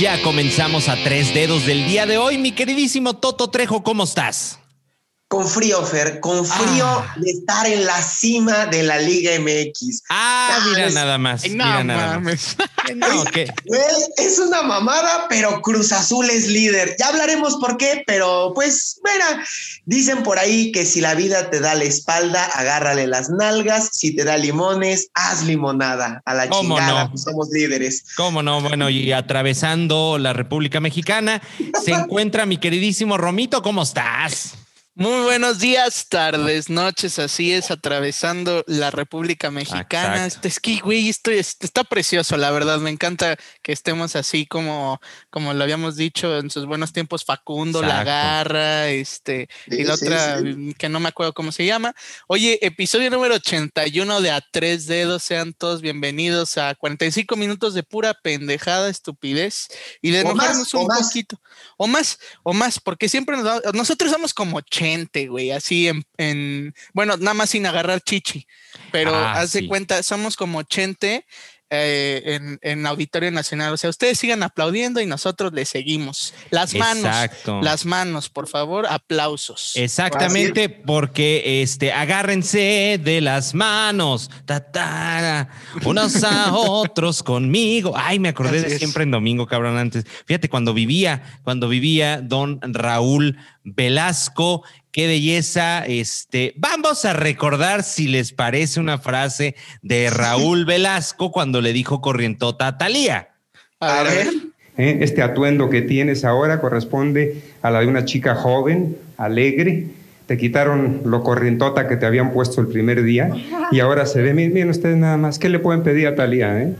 Ya comenzamos a tres dedos del día de hoy. Mi queridísimo Toto Trejo, ¿cómo estás? Con frío, Fer, con frío de estar en la cima de la Liga MX. Mira nada más. Mira nada más. No, ¿qué? Es una mamada, pero Cruz Azul es líder. Ya hablaremos por qué, pero pues, mira, dicen por ahí que si la vida te da la espalda, agárrale las nalgas. Si te da limones, haz limonada. A la chingada, no? Pues somos líderes. ¿Cómo no? Bueno, y atravesando la República Mexicana se encuentra mi queridísimo Romito. ¿Cómo estás? Muy buenos días, tardes, noches, así es, atravesando la República Mexicana. Es que, güey, esto está precioso, la verdad, me encanta que estemos así como lo habíamos dicho en sus buenos tiempos, Facundo, Exacto. La Garra, y la otra, que no me acuerdo cómo se llama. Oye, episodio número 81 de A Tres Dedos, sean todos bienvenidos a 45 minutos de pura pendejada, estupidez, y de enojarnos un poquito. O más, porque siempre nosotros somos como güey, así bueno, nada más sin agarrar chichi, pero haz de cuenta, somos como Chente en Auditorio Nacional, o sea, ustedes sigan aplaudiendo y nosotros les seguimos. Las manos, por favor, aplausos. Exactamente, porque agárrense de las manos, unos a otros conmigo. Ay, me acordé de Siempre en Domingo, cabrón, antes. Fíjate, cuando vivía don Raúl Velasco, qué belleza. Vamos a recordar, si les parece, una frase de Raúl Velasco cuando le dijo corrientota a Thalía. A ver. Este atuendo que tienes ahora corresponde a la de una chica joven, alegre. Te quitaron lo corrientota que te habían puesto el primer día y ahora se ve. Miren ustedes nada más, ¿qué le pueden pedir a Thalía,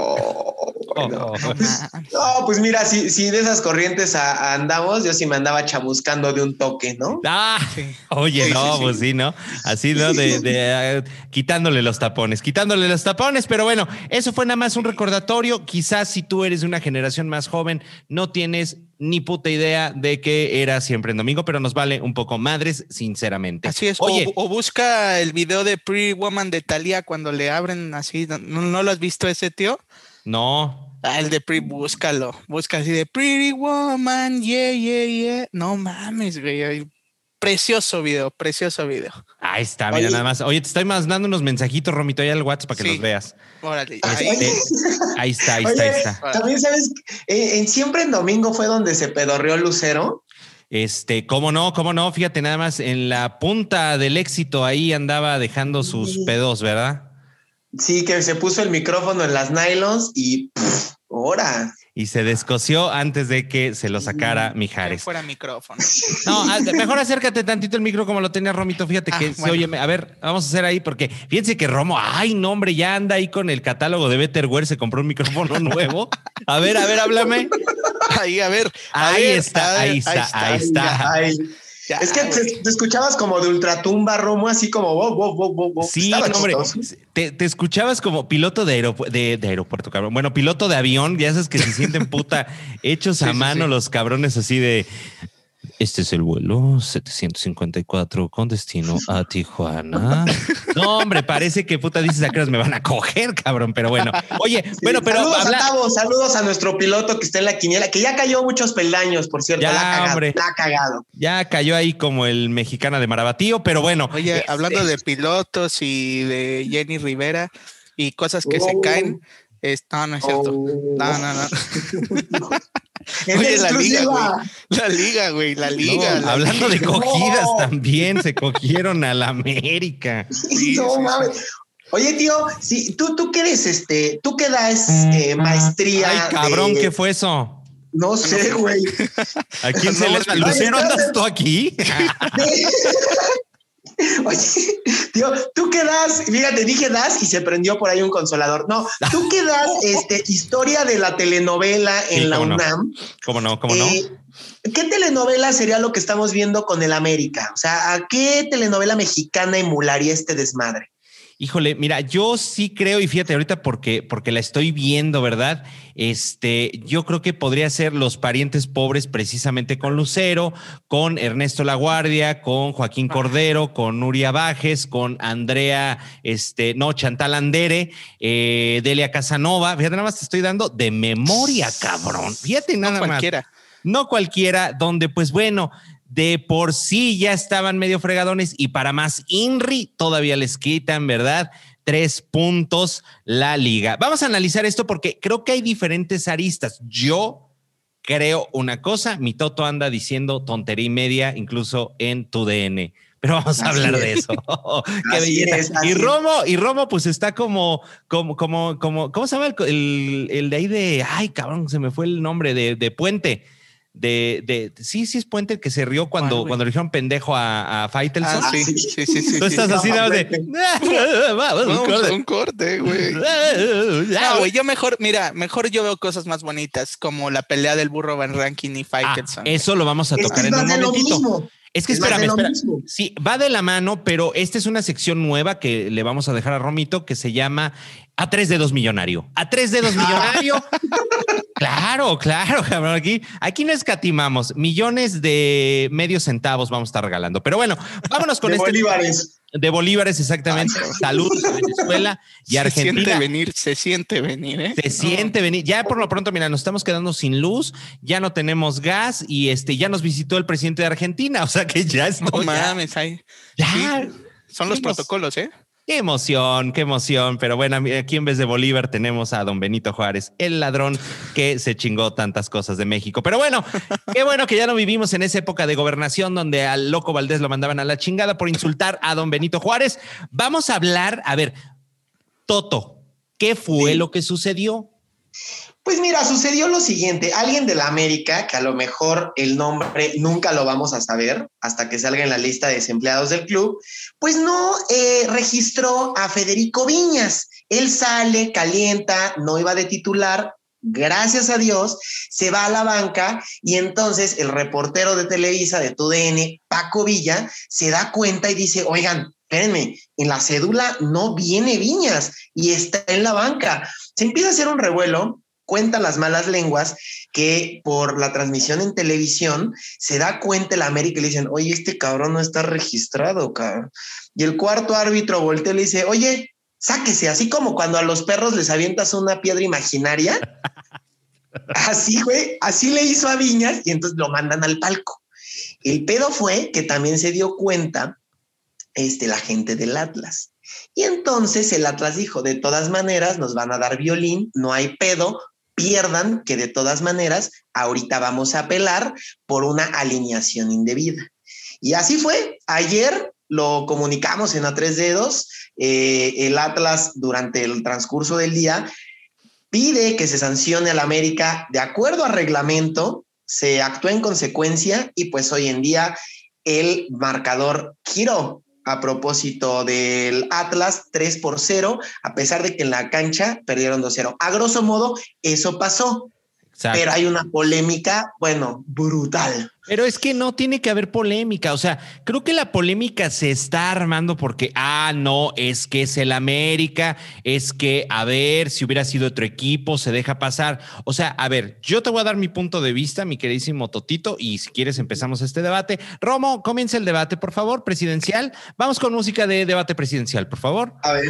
Pues mira, si de esas corrientes andamos, yo sí me andaba chamuscando de un toque, ¿no? Oye, pues sí, ¿no? Así, ¿no? Quitándole los tapones, pero bueno, eso fue nada más un recordatorio. Quizás si tú eres de una generación más joven, no tienes ni puta idea de que era Siempre en Domingo, pero nos vale un poco madres, sinceramente. Así es. Oye, o busca el video de Pretty Woman de Thalía cuando le abren así. ¿No lo has visto ese, tío? No. El de búscalo. Busca así de Pretty Woman, yeah. No mames, güey. Precioso video. Ahí está, mira, nada más. Oye, te estoy mandando unos mensajitos, Romito, ahí al WhatsApp para que los veas. Órale. Ahí está. También sabes, en Siempre en Domingo fue donde se pedorreó Lucero. ¿Cómo no? Fíjate, nada más en la punta del éxito ahí andaba dejando sus pedos, ¿verdad? Sí, que se puso el micrófono en las nylons y ¡hora! Y se descosió antes de que se lo sacara Mijares. Que fuera micrófono. No, mejor acércate tantito el micro como lo tenía Romito. Fíjate que se oye. A ver, vamos a hacer ahí porque fíjense que Romo, no, hombre, ya anda ahí con el catálogo de Betterware, se compró un micrófono nuevo. A ver, háblame. Ahí, a ver. Ahí está. Ya, es que te escuchabas como de ultratumba, Romo, así como wow. Sí, hombre, te escuchabas como piloto de aeropuerto, cabrón. Bueno, piloto de avión, ya sabes que se sienten hechos a mano los cabrones así de... Este es el vuelo 754 con destino a Tijuana. No, hombre, parece que dices a qué horas me van a coger, cabrón, pero bueno. Oye, pero... Saludos a nuestro piloto que está en la quiniela, que ya cayó muchos peldaños, por cierto. La ha cagado. Ya cayó ahí como el mexicana de Marabatío, pero bueno. Oye, hablando de pilotos y de Jenny Rivera y cosas que se caen... No es cierto. No. Oye, la liga. No, hablando de cogidas también, se cogieron a la América. No mames. Oye, tío, si tú qué eres, tú qué das maestría. Ay, cabrón, ¿qué fue eso? No sé, güey. ¿A quién se le da? ¿Lucero, andas tú aquí? Oye, tío, ¿tú qué das? Fíjate, dije das y se prendió por ahí un consolador. No, ¿tú qué das historia de la telenovela en la UNAM? ¿Cómo no? ¿Qué telenovela sería lo que estamos viendo con el América? O sea, ¿a qué telenovela mexicana emularía este desmadre? Híjole, mira, yo sí creo, y fíjate ahorita porque la estoy viendo, ¿verdad? Yo creo que podría ser Los Parientes Pobres precisamente con Lucero, con Ernesto Laguardia, con Joaquín Cordero, con Nuria Bajes, con Andrea, Chantal Andere, Delia Casanova. Fíjate, nada más te estoy dando de memoria, cabrón. Fíjate, nada más. No cualquiera, donde pues bueno, de por sí ya estaban medio fregadones y para más INRI todavía les quitan, ¿verdad? 3 puntos la liga. Vamos a analizar esto porque creo que hay diferentes aristas. Yo creo una cosa, mi Toto anda diciendo tontería y media, incluso en tu DN. Pero vamos a hablar de eso. Qué belleza. Y Romo, pues está como, ¿cómo se llama el de ahí de, ay, cabrón, se me fue el nombre de Puente. Sí, es Puente el que se rió cuando le dijeron pendejo a Faitelson. Sí. Tú estás así, nada de. Un corte, güey. No, güey, yo mejor yo veo cosas más bonitas, como la pelea del burro Van Rankin y Faitelson. Eso lo vamos a tocar en un momentito. Es que espérame. Sí, va de la mano, pero esta es una sección nueva que le vamos a dejar a Romito que se llama A 3 Dedos Millonario. A 3 Dedos Millonario. Claro, cabrón. Aquí no escatimamos. Millones de medios centavos vamos a estar regalando. Pero bueno, vámonos con bolívares. De bolívares, exactamente. Saludos a Venezuela y Argentina. Se siente venir, ¿eh? Se siente venir. Ya por lo pronto, mira, nos estamos quedando sin luz, ya no tenemos gas y ya nos visitó el presidente de Argentina. O sea que ya es. No mames, ahí. Ya. Sí, son los protocolos, ¿eh? Qué emoción. Pero bueno, aquí en vez de Bolívar tenemos a don Benito Juárez, el ladrón que se chingó tantas cosas de México. Pero bueno, qué bueno que ya no vivimos en esa época de gobernación donde al loco Valdés lo mandaban a la chingada por insultar a don Benito Juárez. Vamos a hablar, a ver, Toto, ¿qué fue lo que sucedió? Pues mira, sucedió lo siguiente. Alguien de la América, que a lo mejor el nombre nunca lo vamos a saber hasta que salga en la lista de desempleados del club, pues no registró a Federico Viñas. Él sale, calienta, no iba de titular. Gracias a Dios, se va a la banca y entonces el reportero de Televisa, de TUDN, Paco Villa, se da cuenta y dice, oigan, espérenme, en la cédula no viene Viñas y está en la banca. Se empieza a hacer un revuelo. Cuentan las malas lenguas que por la transmisión en televisión se da cuenta la América y le dicen, oye, este cabrón no está registrado, cabrón. Y el cuarto árbitro voltea y le dice, oye, sáquese, así como cuando a los perros les avientas una piedra imaginaria. Así, güey, así le hizo a Viñas y entonces lo mandan al palco. El pedo fue que también se dio cuenta la gente del Atlas. Y entonces el Atlas dijo, de todas maneras nos van a dar violín, no hay pedo, pierdan, que de todas maneras ahorita vamos a apelar por una alineación indebida. Y así fue. Ayer lo comunicamos en A 3 Dedos. El Atlas durante el transcurso del día pide que se sancione al América de acuerdo al reglamento, se actúa en consecuencia y pues hoy en día el marcador giró. A propósito del Atlas, 3-0, a pesar de que en la cancha perdieron 2-0. A grosso modo, eso pasó. Exacto. Pero hay una polémica, bueno, brutal. Pero es que no tiene que haber polémica. O sea, creo que la polémica se está armando porque, no, es que es el América, es que, a ver, si hubiera sido otro equipo, se deja pasar. O sea, a ver, yo te voy a dar mi punto de vista, mi queridísimo Totito, y si quieres empezamos este debate. Romo, comienza el debate, por favor, presidencial. Vamos con música de debate presidencial, por favor. A ver.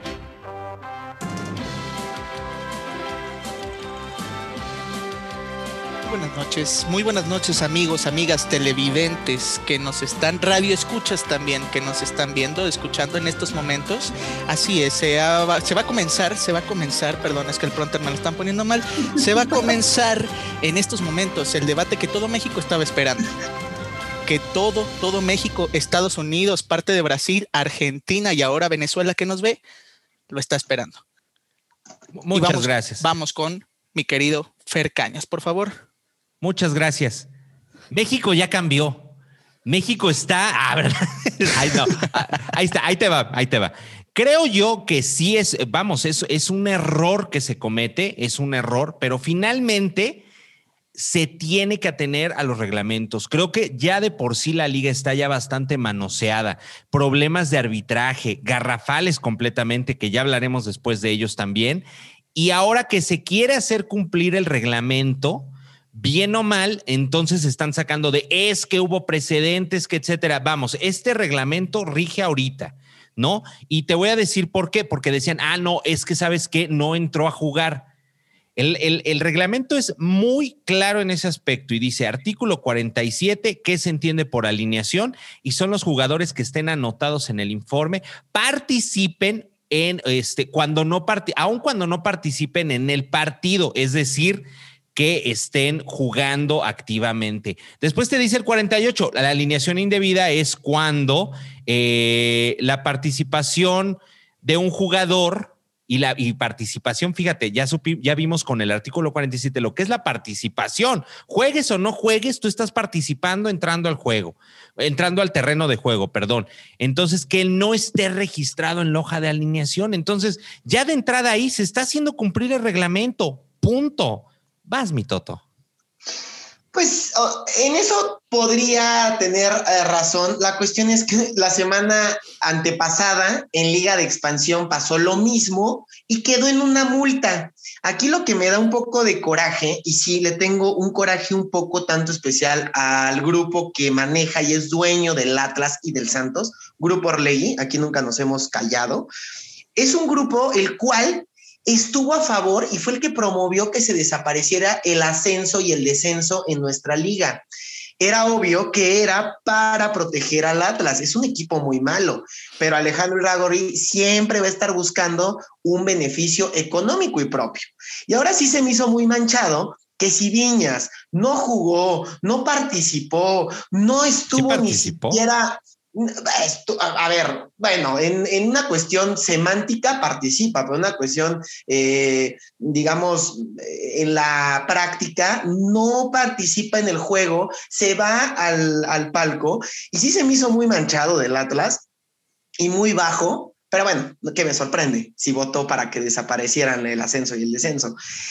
Muy buenas noches amigos, amigas televidentes que nos están, radio escuchas también, que nos están viendo, escuchando en estos momentos. Así es, se va a comenzar, perdón, es que el pronter me lo están poniendo mal, se va a comenzar en estos momentos el debate que todo México estaba esperando. Que todo México, Estados Unidos, parte de Brasil, Argentina y ahora Venezuela que nos ve, lo está esperando. Muchas gracias. Vamos con mi querido Fer Cañas, por favor. Muchas gracias. México ya cambió. México está... Ay, no. Ahí está, ahí te va. Creo yo que sí es un error que se comete, es un error, pero finalmente se tiene que atener a los reglamentos. Creo que ya de por sí la liga está ya bastante manoseada. Problemas de arbitraje, garrafales completamente, que ya hablaremos después de ellos también. Y ahora que se quiere hacer cumplir el reglamento, bien o mal, entonces están sacando es que hubo precedentes, que etcétera. Vamos, este reglamento rige ahorita, ¿no? Y te voy a decir por qué. Porque decían, no, es que ¿sabes qué? No entró a jugar. El reglamento es muy claro en ese aspecto y dice artículo 47, ¿qué se entiende por alineación? Y son los jugadores que estén anotados en el informe, participen en aun cuando no participen en el partido, es decir, que estén jugando activamente. Después te dice el 48, la alineación indebida es cuando la participación de un jugador y participación, fíjate, ya vimos con el artículo 47 lo que es la participación. Juegues o no juegues, tú estás participando entrando al terreno de juego, perdón. Entonces, que él no esté registrado en la hoja de alineación. Entonces, ya de entrada ahí se está haciendo cumplir el reglamento. Punto. Vas, mi Toto. Pues en eso podría tener razón. La cuestión es que la semana antepasada en Liga de Expansión pasó lo mismo y quedó en una multa. Aquí lo que me da un poco de coraje, y sí le tengo un coraje un poco tanto especial al grupo que maneja y es dueño del Atlas y del Santos, Grupo Orlegui, aquí nunca nos hemos callado, es un grupo el cual estuvo a favor y fue el que promovió que se desapareciera el ascenso y el descenso en nuestra liga. Era obvio que era para proteger al Atlas. Es un equipo muy malo, pero Alejandro Iragorri siempre va a estar buscando un beneficio económico y propio. Y ahora sí se me hizo muy manchado que si Viñas no jugó, no participó, no estuvo ni siquiera... A ver, bueno, en una cuestión semántica participa, pero en una cuestión, digamos, en la práctica no participa en el juego, se va al palco y sí se me hizo muy manchado del Atlas y muy bajo, pero bueno, que me sorprende si votó para que desaparecieran el ascenso y el descenso.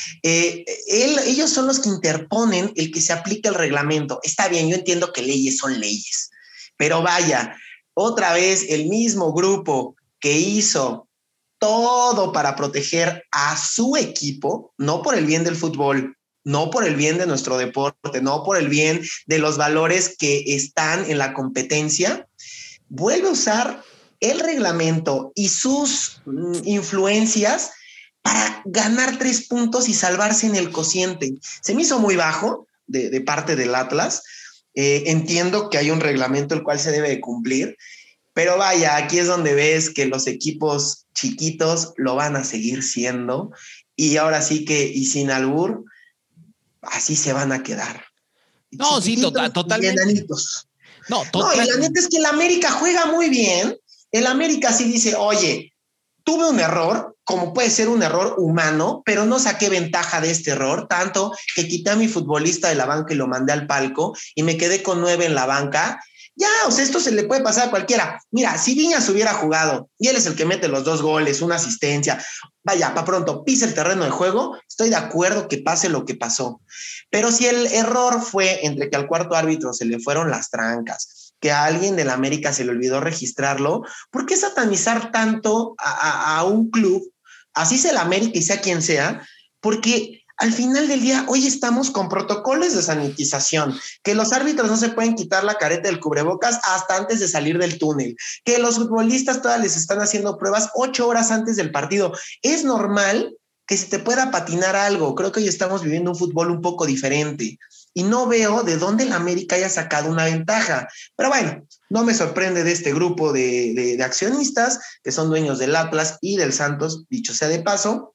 Ellos son los que interponen el que se aplique el reglamento. Está bien, yo entiendo que leyes son leyes, pero vaya, otra vez el mismo grupo que hizo todo para proteger a su equipo, no por el bien del fútbol, no por el bien de nuestro deporte, no por el bien de los valores que están en la competencia, vuelve a usar el reglamento y sus influencias para ganar 3 puntos y salvarse en el cociente. Se me hizo muy bajo de parte del Atlas. Entiendo que hay un reglamento el cual se debe de cumplir, pero vaya, aquí es donde ves que los equipos chiquitos lo van a seguir siendo y ahora sí que, y sin albur, así se van a quedar. No, sí, totalmente. No, y la neta es que el América juega muy bien. El América sí dice, oye, tuve un error, como puede ser un error humano, pero no saqué ventaja de este error, tanto que quité a mi futbolista de la banca y lo mandé al palco y me quedé con 9 en la banca. Ya, o sea, esto se le puede pasar a cualquiera. Mira, si Viñas hubiera jugado y él es el que mete los 2 goles, una asistencia, vaya, para pronto, pisa el terreno de juego, estoy de acuerdo que pase lo que pasó. Pero si el error fue entre que al cuarto árbitro se le fueron las trancas, que a alguien de la América se le olvidó registrarlo, ¿por qué satanizar tanto a un club? Así sea el América y sea quien sea, porque al final del día, hoy estamos con protocolos de sanitización, que los árbitros no se pueden quitar la careta del cubrebocas hasta antes de salir del túnel, que los futbolistas todas les están haciendo pruebas 8 horas antes del partido. Es normal que se te pueda patinar algo. Creo que hoy estamos viviendo un fútbol un poco diferente y no veo de dónde el América haya sacado una ventaja. Pero bueno, no me sorprende de este grupo de accionistas que son dueños del Atlas y del Santos, dicho sea de paso.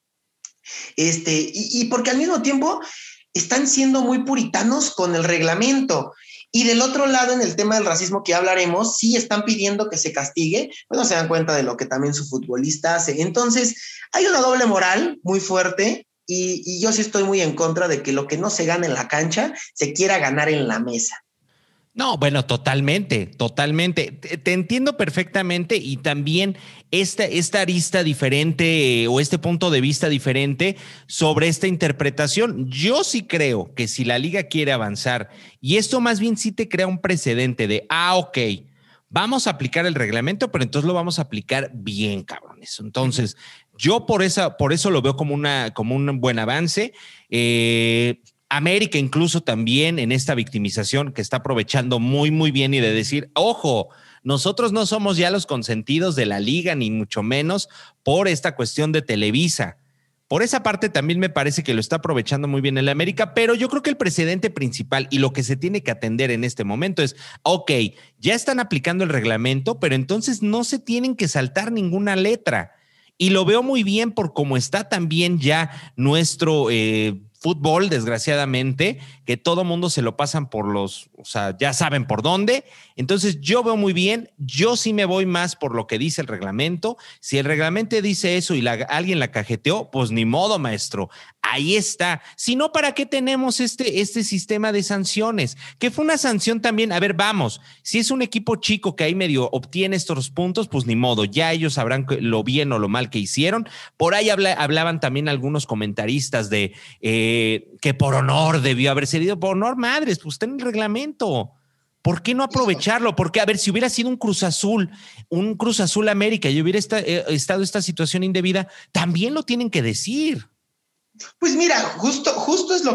Y porque al mismo tiempo están siendo muy puritanos con el reglamento. Y del otro lado, en el tema del racismo que hablaremos, sí están pidiendo que se castigue, pero no se dan cuenta de lo que también su futbolista hace. Entonces, hay una doble moral muy fuerte y yo sí estoy muy en contra de que lo que no se gana en la cancha se quiera ganar en la mesa. No, bueno, totalmente, totalmente. Te entiendo perfectamente y también esta arista diferente o este punto de vista diferente sobre esta interpretación. Yo sí creo que si la liga quiere avanzar y esto más bien sí te crea un precedente de, ok, vamos a aplicar el reglamento, pero entonces lo vamos a aplicar bien, cabrones. Entonces, yo por eso lo veo como un buen avance. América incluso también en esta victimización que está aprovechando muy, muy bien y de decir, ojo, nosotros no somos ya los consentidos de la liga, ni mucho menos por esta cuestión de Televisa. Por esa parte también me parece que lo está aprovechando muy bien el América, pero yo creo que el precedente principal y lo que se tiene que atender en este momento es, ok, ya están aplicando el reglamento, pero entonces no se tienen que saltar ninguna letra. Y lo veo muy bien por cómo está también ya nuestro fútbol, desgraciadamente, que todo mundo se lo pasan o sea, ya saben por dónde. Entonces yo veo muy bien, yo sí me voy más por lo que dice el reglamento. Si el reglamento dice eso y alguien la cajeteó, pues ni modo, maestro. Ahí está. Si no, ¿para qué tenemos este sistema de sanciones? Que fue una sanción también. A ver, vamos, si es un equipo chico que ahí medio obtiene estos puntos, pues ni modo, ya ellos sabrán lo bien o lo mal que hicieron. Por ahí hablaban también algunos comentaristas de que por honor debió haber sido. Por honor, madres, pues está en el reglamento. ¿Por qué no aprovecharlo? Porque, a ver, si hubiera sido un Cruz Azul América y hubiera estado esta situación indebida, también lo tienen que decir. Pues mira, justo es lo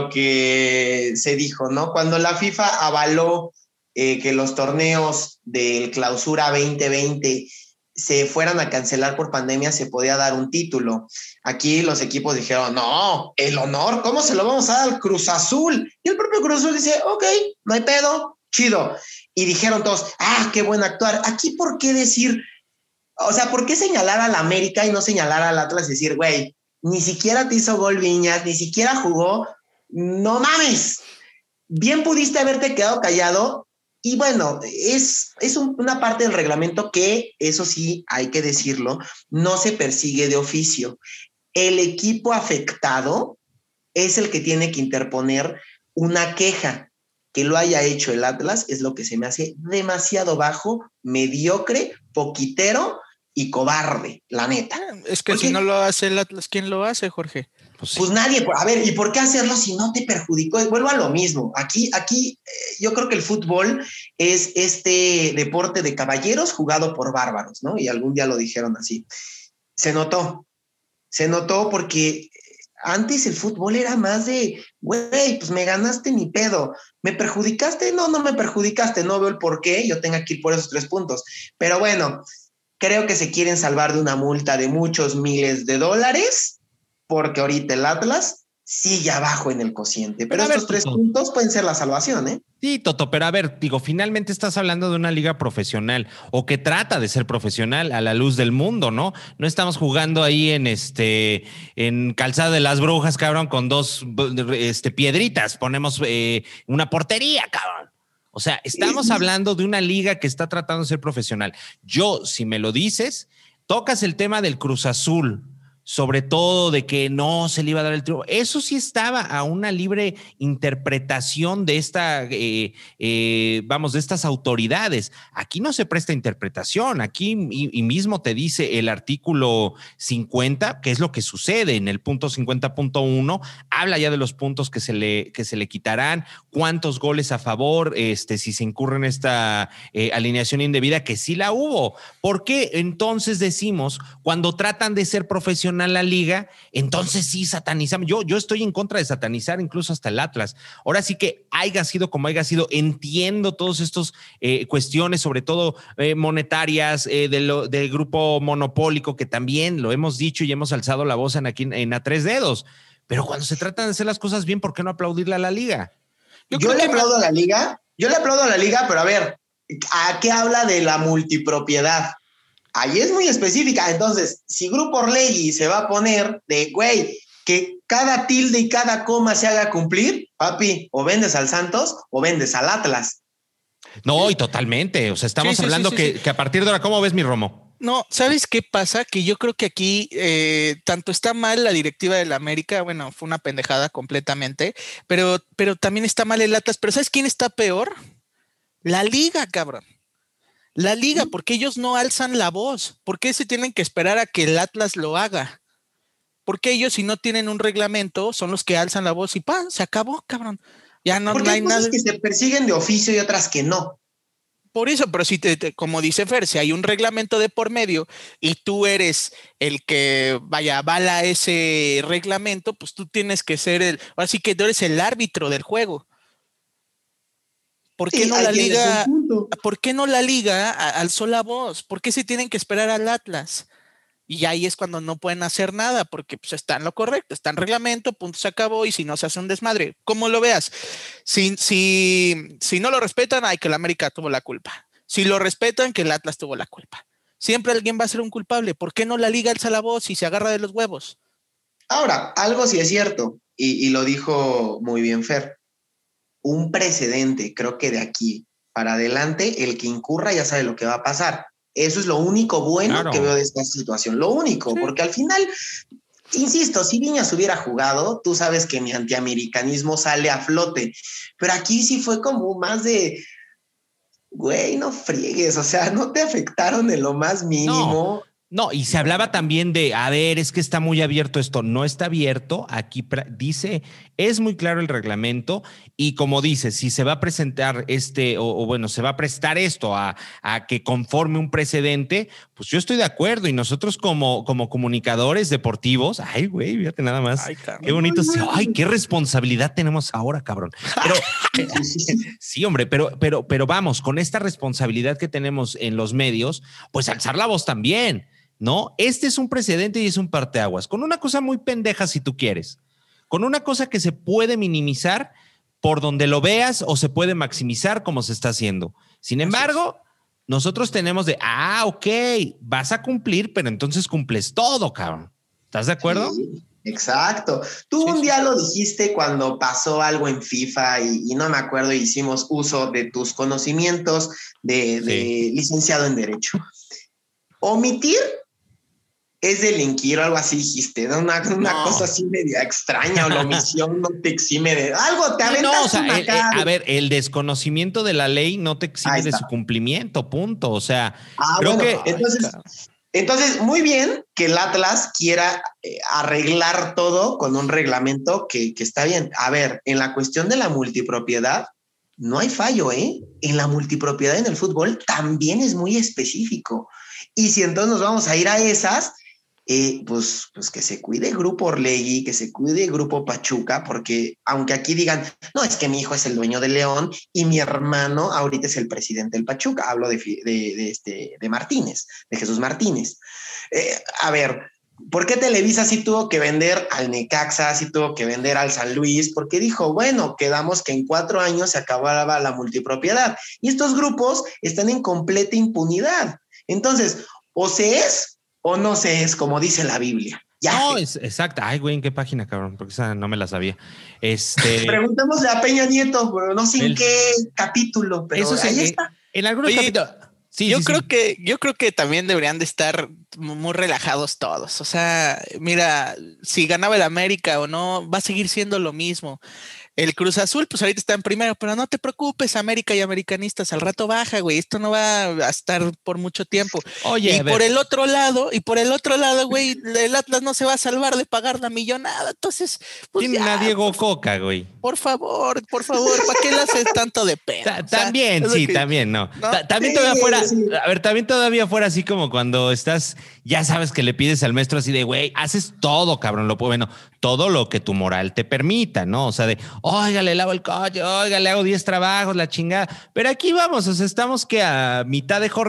que se dijo, ¿no? Cuando la FIFA avaló que los torneos del Clausura 2020 se fueran a cancelar por pandemia, se podía dar un título. Aquí los equipos dijeron, no, el honor, ¿cómo se lo vamos a dar al Cruz Azul? Y el propio Cruz Azul dice, ok, no hay pedo, chido. Y dijeron todos, qué buen actuar. Aquí, ¿por qué decir? O sea, ¿por qué señalar al América y no señalar al Atlas y decir, güey, ni siquiera te hizo gol Viñas, ni siquiera jugó, no mames, bien pudiste haberte quedado callado? Y bueno, es una parte del reglamento que, eso sí, hay que decirlo, no se persigue de oficio. El equipo afectado es el que tiene que interponer una queja. Que lo haya hecho el Atlas es lo que se me hace demasiado bajo, mediocre, poquitero y cobarde, la neta. Es que si no lo hace el Atlas, ¿quién lo hace, Jorge? Pues nadie. A ver, ¿y por qué hacerlo si no te perjudicó? Vuelvo a lo mismo. Aquí yo creo que el fútbol es este deporte de caballeros jugado por bárbaros, ¿no? Y algún día lo dijeron así. Se notó porque antes el fútbol era más de, güey, pues me ganaste ni pedo. ¿Me perjudicaste? No me perjudicaste. No veo el por qué yo tenga que ir por esos 3 puntos. Pero bueno, creo que se quieren salvar de una multa de muchos miles de dólares porque ahorita el Atlas sigue abajo en el cociente. Pero estos 3 puntos pueden ser la salvación, ¿eh? Sí, Toto, pero a ver, digo, finalmente estás hablando de una liga profesional o que trata de ser profesional a la luz del mundo, ¿no? No estamos jugando ahí en Calzada de las Brujas, cabrón, con 2 piedritas. Ponemos una portería, cabrón. O sea, estamos hablando de una liga que está tratando de ser profesional. Yo, si me lo dices, tocas el tema del Cruz Azul, sobre todo de que no se le iba a dar el triunfo. Eso sí estaba a una libre interpretación de de estas autoridades. Aquí no se presta interpretación. Aquí y mismo te dice el artículo 50, que es lo que sucede en el punto 50.1, habla ya de los puntos que se le quitarán, cuántos goles a favor, si se incurre en esta alineación indebida, que sí la hubo. ¿Por qué entonces decimos, cuando tratan de ser profesionales la liga, entonces sí satanizamos? Yo estoy en contra de satanizar incluso hasta el Atlas. Ahora sí que haya sido como haya sido, entiendo todos estos cuestiones, sobre todo monetarias, del grupo monopólico, que también lo hemos dicho y hemos alzado la voz aquí en A Tres Dedos. Pero cuando se trata de hacer las cosas bien, ¿por qué no aplaudirle a la liga? Yo le aplaudo a la liga, pero a ver, ¿a qué habla de la multipropiedad? Ahí es muy específica. Entonces, si Grupo Orlegui se va a poner de, güey, que cada tilde y cada coma se haga cumplir, papi, o vendes al Santos o vendes al Atlas. No, y totalmente. O sea, estamos hablando que a partir de ahora, ¿cómo ves, mi Romo? No, ¿sabes qué pasa? Que yo creo que aquí tanto está mal la directiva de la América, bueno, fue una pendejada completamente, pero también está mal el Atlas. Pero ¿sabes quién está peor? La liga, cabrón. La liga, ¿por qué ellos no alzan la voz? ¿Por qué se tienen que esperar a que el Atlas lo haga? Porque ellos, si no tienen un reglamento, son los que alzan la voz y ¡pam! Se acabó, cabrón. Ya no Porque hay nada. Porque hay cosas que se persiguen de oficio y otras que no. Por eso, pero si como dice Fer, si hay un reglamento de por medio y tú eres el que, avala ese reglamento, pues tú tienes que ser ahora sí que tú eres el árbitro del juego. ¿Por qué no la liga? ¿Por qué no la liga alzó la voz? ¿Por qué se tienen que esperar al Atlas? Y ahí es cuando no pueden hacer nada, porque pues está en lo correcto, está en reglamento, punto, se acabó, y si no se hace un desmadre, como lo veas, si no lo respetan, que el América tuvo la culpa. Si lo respetan, que el Atlas tuvo la culpa. Siempre alguien va a ser un culpable. ¿Por qué no la liga alza la voz y se agarra de los huevos? Ahora, algo sí es cierto, y lo dijo muy bien Fer, un precedente, creo que de aquí para adelante, el que incurra ya sabe lo que va a pasar. Eso es lo único bueno que veo de esta situación. Lo único, porque al final, insisto, si Viñas hubiera jugado, tú sabes que mi antiamericanismo sale a flote. Pero aquí sí fue como más de, güey, no friegues, o sea, no te afectaron en lo más mínimo. No, y se hablaba también de, a ver, es que está muy abierto esto. No está abierto. Aquí dice, es muy claro el reglamento. Y como dice, si se va a presentar se va a prestar esto a que conforme un precedente, pues yo estoy de acuerdo. Y nosotros como comunicadores deportivos, ay, güey, fíjate nada más. Ay, qué bonito. Ay, qué responsabilidad tenemos ahora, cabrón. Pero, sí, hombre, pero vamos, con esta responsabilidad que tenemos en los medios, pues alzar la voz también. ¿No? Este es un precedente y es un parteaguas. Con una cosa muy pendeja, si tú quieres. Con una cosa que se puede minimizar por donde lo veas o se puede maximizar como se está haciendo. Sin embargo, nosotros tenemos ok, vas a cumplir, pero entonces cumples todo, cabrón. ¿Estás de acuerdo? Sí, exacto. Tú un día lo dijiste cuando pasó algo en FIFA y no me acuerdo, hicimos uso de tus conocimientos de licenciado en Derecho. Omitir es delinquir o algo así, dijiste, ¿no? Una cosa así media extraña, o la omisión no te exime de algo, te aventas. No, o sea, a ver, el desconocimiento de la ley no te exime de su cumplimiento, punto. O sea, creo que. Entonces, muy bien que el Atlas quiera arreglar todo con un reglamento que está bien. A ver, en la cuestión de la multipropiedad, no hay fallo, ¿eh? En la multipropiedad en el fútbol también es muy específico. Y si entonces nos vamos a ir a esas, pues que se cuide Grupo Orlegui, que se cuide Grupo Pachuca, porque aunque aquí digan, no, es que mi hijo es el dueño de León y mi hermano ahorita es el presidente del Pachuca, hablo de Martínez, de Jesús Martínez. A ver, ¿por qué Televisa sí tuvo que vender al Necaxa, sí tuvo que vender al San Luis? Porque dijo, bueno, quedamos que en 4 años se acababa la multipropiedad. Y estos grupos están en completa impunidad. Entonces, o se es o no se es, como dice la Biblia. Ya. No, es exacto. Ay, güey, ¿en qué página, cabrón? Porque esa no me la sabía. Preguntémosle a Peña Nieto, pero no sé en qué capítulo, pero eso ahí está. En algunos capítulos. Sí, yo creo que también deberían de estar muy relajados todos. O sea, mira, si ganaba el América o no, va a seguir siendo lo mismo. El Cruz Azul, pues ahorita está en primero, pero no te preocupes, América y americanistas, al rato baja, güey, esto no va a estar por mucho tiempo. Oye, y por el otro lado, güey, el Atlas no se va a salvar de pagar la millonada, entonces, pues tienen a Diego Coca, güey. Por favor, ¿para qué le haces tanto de pedo? También, o sea, sí, también, no. También todavía fuera, a ver, también todavía fuera así como cuando estás, ya sabes que le pides al maestro así de, güey, haces todo, cabrón, todo lo que tu moral te permita, ¿no? O sea, de, oiga, le lavo el coche, oiga, le hago 10 trabajos, la chingada. Pero aquí vamos, o sea, estamos que a mitad del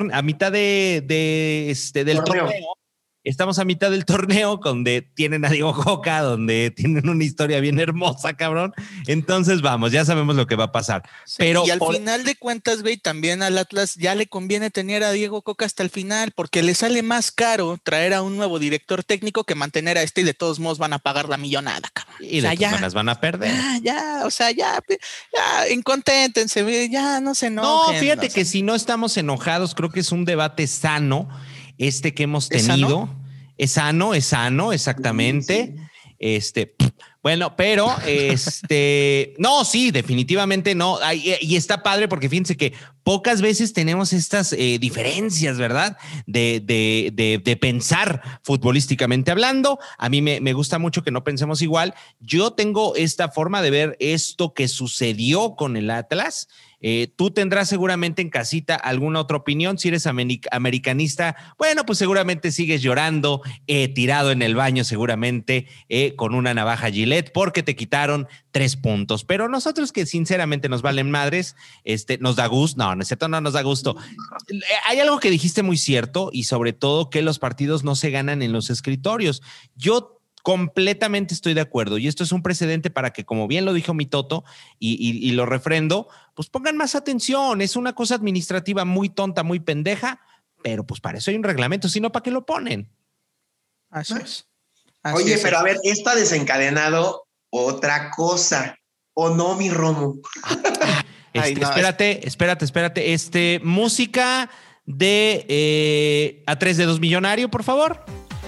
torneo. Estamos a mitad del torneo donde tienen a Diego Coca, donde tienen una historia bien hermosa, cabrón. Entonces, vamos, ya sabemos lo que va a pasar. Sí, pero y al final de cuentas, güey, también al Atlas ya le conviene tener a Diego Coca hasta el final, porque le sale más caro traer a un nuevo director técnico que mantener a y de todos modos van a pagar la millonada, cabrón. Y de todas maneras van a perder. Ya, inconténtense, ya no se enojen. No, fíjate que si no estamos enojados, creo que es un debate sano que hemos tenido. ¿Es sano? Es sano, exactamente. Sí. Bueno, pero no, sí, definitivamente no. Y está padre porque fíjense que pocas veces tenemos estas diferencias, ¿verdad? De pensar futbolísticamente hablando. A mí me gusta mucho que no pensemos igual. Yo tengo esta forma de ver esto que sucedió con el Atlas. Tú tendrás seguramente en casita alguna otra opinión. Si eres americanista, bueno, pues seguramente sigues llorando, tirado en el baño seguramente, con una navaja Gillette, porque te quitaron 3 puntos. Pero nosotros que sinceramente nos valen madres, nos da gusto. No, no es cierto, no nos da gusto. Hay algo que dijiste muy cierto, y sobre todo que los partidos no se ganan en los escritorios. Yo completamente estoy de acuerdo, y esto es un precedente para que, como bien lo dijo mi Toto, y lo refrendo, pues pongan más atención. Es una cosa administrativa muy tonta, muy pendeja, pero pues para eso hay un reglamento, si no, ¿para qué lo ponen? Así es. Oye, pero a ver, esto ha desencadenado otra cosa, ¿o no, mi Romo? Espérate. Música de A Tres Dedos Millonario, por favor.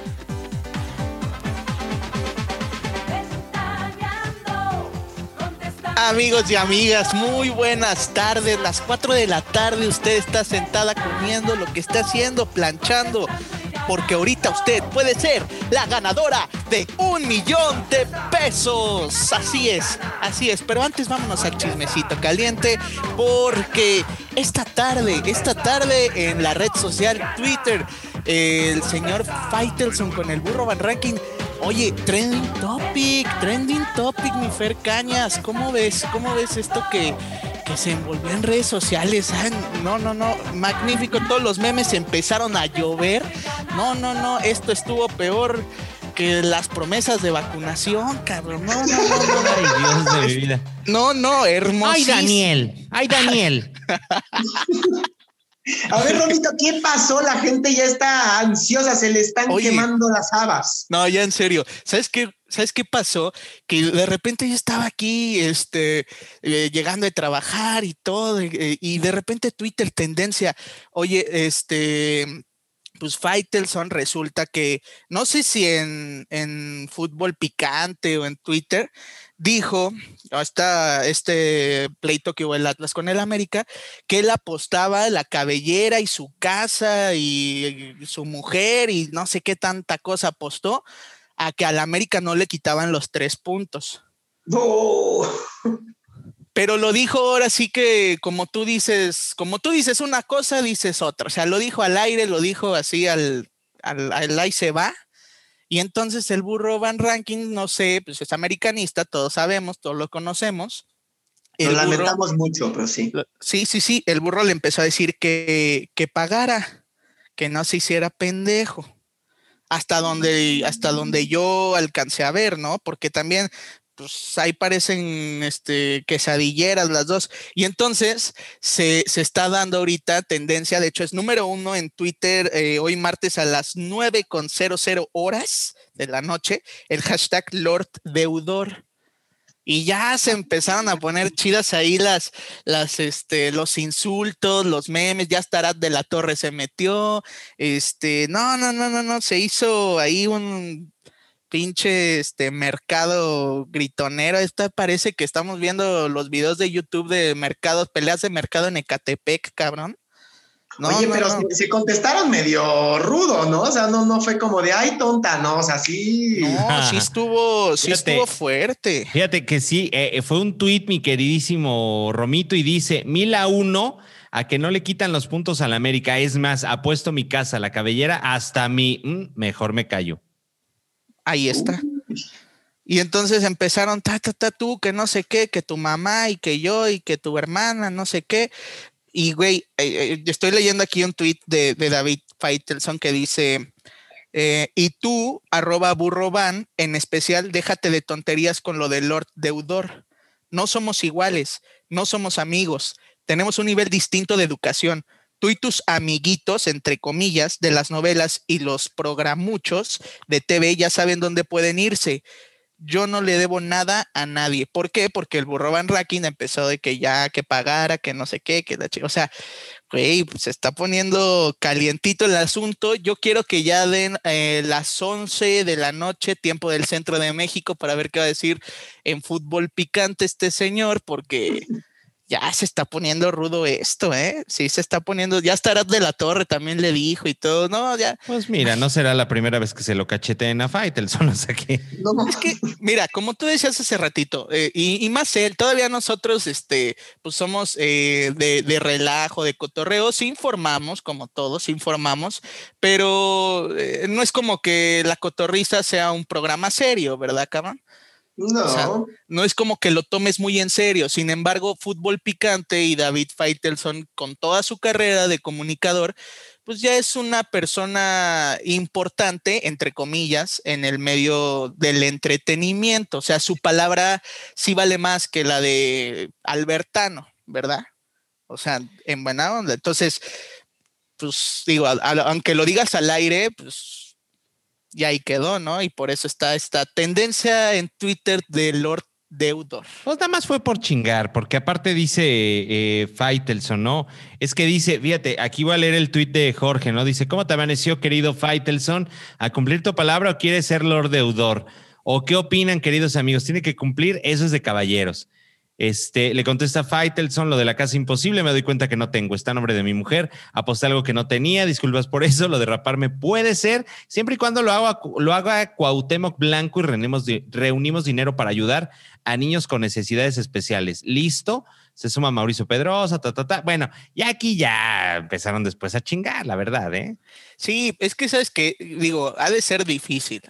Amigos y amigas, muy buenas tardes. Las 4 de la tarde, usted está sentada comiendo lo que está haciendo, planchando, porque ahorita usted puede ser la ganadora de $1,000,000. Así es. Pero antes vámonos al chismecito caliente, porque esta tarde en la red social Twitter, el señor Faitelson con el burro Van Ranking. Oye, trending topic, mi Fer Cañas. ¿Cómo ves esto que se envolvió en redes sociales? No, magnífico. Todos los memes empezaron a llover. No, esto estuvo peor que las promesas de vacunación, cabrón. No. Ay, Dios de mi vida. No, hermosísimo. Ay, Daniel. A ver, Romito, ¿qué pasó? La gente ya está ansiosa, se le están quemando las habas. No, ya en serio. ¿Sabes qué pasó? Que de repente yo estaba aquí, llegando de trabajar y todo, y de repente Twitter tendencia. Oye, pues Faitelson resulta que, no sé si en Fútbol Picante o en Twitter, dijo, hasta este pleito que hubo el Atlas con el América, que él apostaba la cabellera y su casa y su mujer y no sé qué tanta cosa apostó a que al América no le quitaban los 3 puntos. No. Pero lo dijo ahora sí que, como tú dices una cosa, dices otra. O sea, lo dijo al aire, lo dijo así al ahí se va. Y entonces el burro Van Ranking, no sé, pues es americanista, todos sabemos, todos lo conocemos. Lo lamentamos mucho, pero sí. Sí, el burro le empezó a decir que pagara, que no se hiciera pendejo. Hasta donde yo alcancé a ver, ¿no? Porque también, pues ahí parecen quesadilleras las dos. Y entonces se está dando ahorita tendencia, de hecho es número 1 en Twitter, hoy martes a las 9:00 horas de la noche, el hashtag Lord Deudor. Y ya se empezaron a poner chidas ahí los insultos, los memes. Ya hasta Arad de la Torre se metió. No, se hizo ahí un pinche mercado gritonero. Parece que estamos viendo los videos de YouTube de mercados, peleas de mercado en Ecatepec, cabrón. Oye, pero se contestaron medio rudo, ¿no? O sea, no fue como de ay, tonta, no, o sea, sí. No, sí estuvo fuerte. Fíjate que sí, fue un tuit, mi queridísimo Romito, y dice: 1,000-1 a que no le quitan los puntos al América. Es más, apuesto mi casa, la cabellera, hasta mejor me callo. Ahí está. Y entonces empezaron, tú, que no sé qué, que tu mamá y que yo y que tu hermana, no sé qué. Y güey, estoy leyendo aquí un tweet de David Faitelson que dice, y tú, @burroban, en especial, déjate de tonterías con lo de Lord Deudor. No somos iguales, no somos amigos, tenemos un nivel distinto de educación. Tú y tus amiguitos, entre comillas, de las novelas y los programuchos de TV ya saben dónde pueden irse. Yo no le debo nada a nadie. ¿Por qué? Porque el burro Van Ranking empezó de que ya, que pagara, que no sé qué, que o sea, Güey, pues se está poniendo calientito el asunto. Yo quiero que ya den las 11 de la noche, tiempo del centro de México, para ver qué va a decir en fútbol picante este señor, porque ya se está poniendo rudo esto, ¿eh? Sí, se está poniendo, ya estará de la Torre, también le dijo y todo, no, ya. Pues mira, no será la primera vez que se lo cacheteen a Faitelson, o sea que... No. Es que, mira, como tú decías hace ratito, y más él, todavía nosotros, pues somos de relajo, de cotorreo, sí informamos, como todos, informamos, pero no es como que La Cotorriza sea un programa serio, ¿verdad, cabrón? No. O sea, no es como que lo tomes muy en serio. Sin embargo, Fútbol Picante y David Faitelson, con toda su carrera de comunicador, pues ya es una persona importante, entre comillas, en el medio del entretenimiento. O sea, su palabra sí vale más que la de Albertano, ¿verdad? O sea, en buena onda. Entonces, pues digo, aunque lo digas al aire, pues y ahí quedó, ¿no? Y por eso está esta tendencia en Twitter de Lord Deudor. Pues nada más fue por chingar, porque aparte dice Faitelson, ¿no? Es que dice, fíjate, aquí voy a leer el tuit de Jorge, ¿no? Dice, ¿cómo te amaneció, querido Faitelson? ¿A cumplir tu palabra o quieres ser Lord Deudor? ¿O qué opinan, queridos amigos? ¿Tiene que cumplir? Eso es de caballeros. Le contesta Faitelson, lo de la casa imposible, me doy cuenta que no tengo, está a nombre de mi mujer, aposté algo que no tenía, disculpas por eso, lo de raparme puede ser, siempre y cuando lo haga Cuauhtémoc Blanco y reunimos dinero para ayudar a niños con necesidades especiales. ¿Listo? Se suma Mauricio Pedrosa, Bueno, y aquí ya empezaron después a chingar, la verdad, ¿eh? Sí, es que, ¿sabes qué? Digo, ha de ser difícil,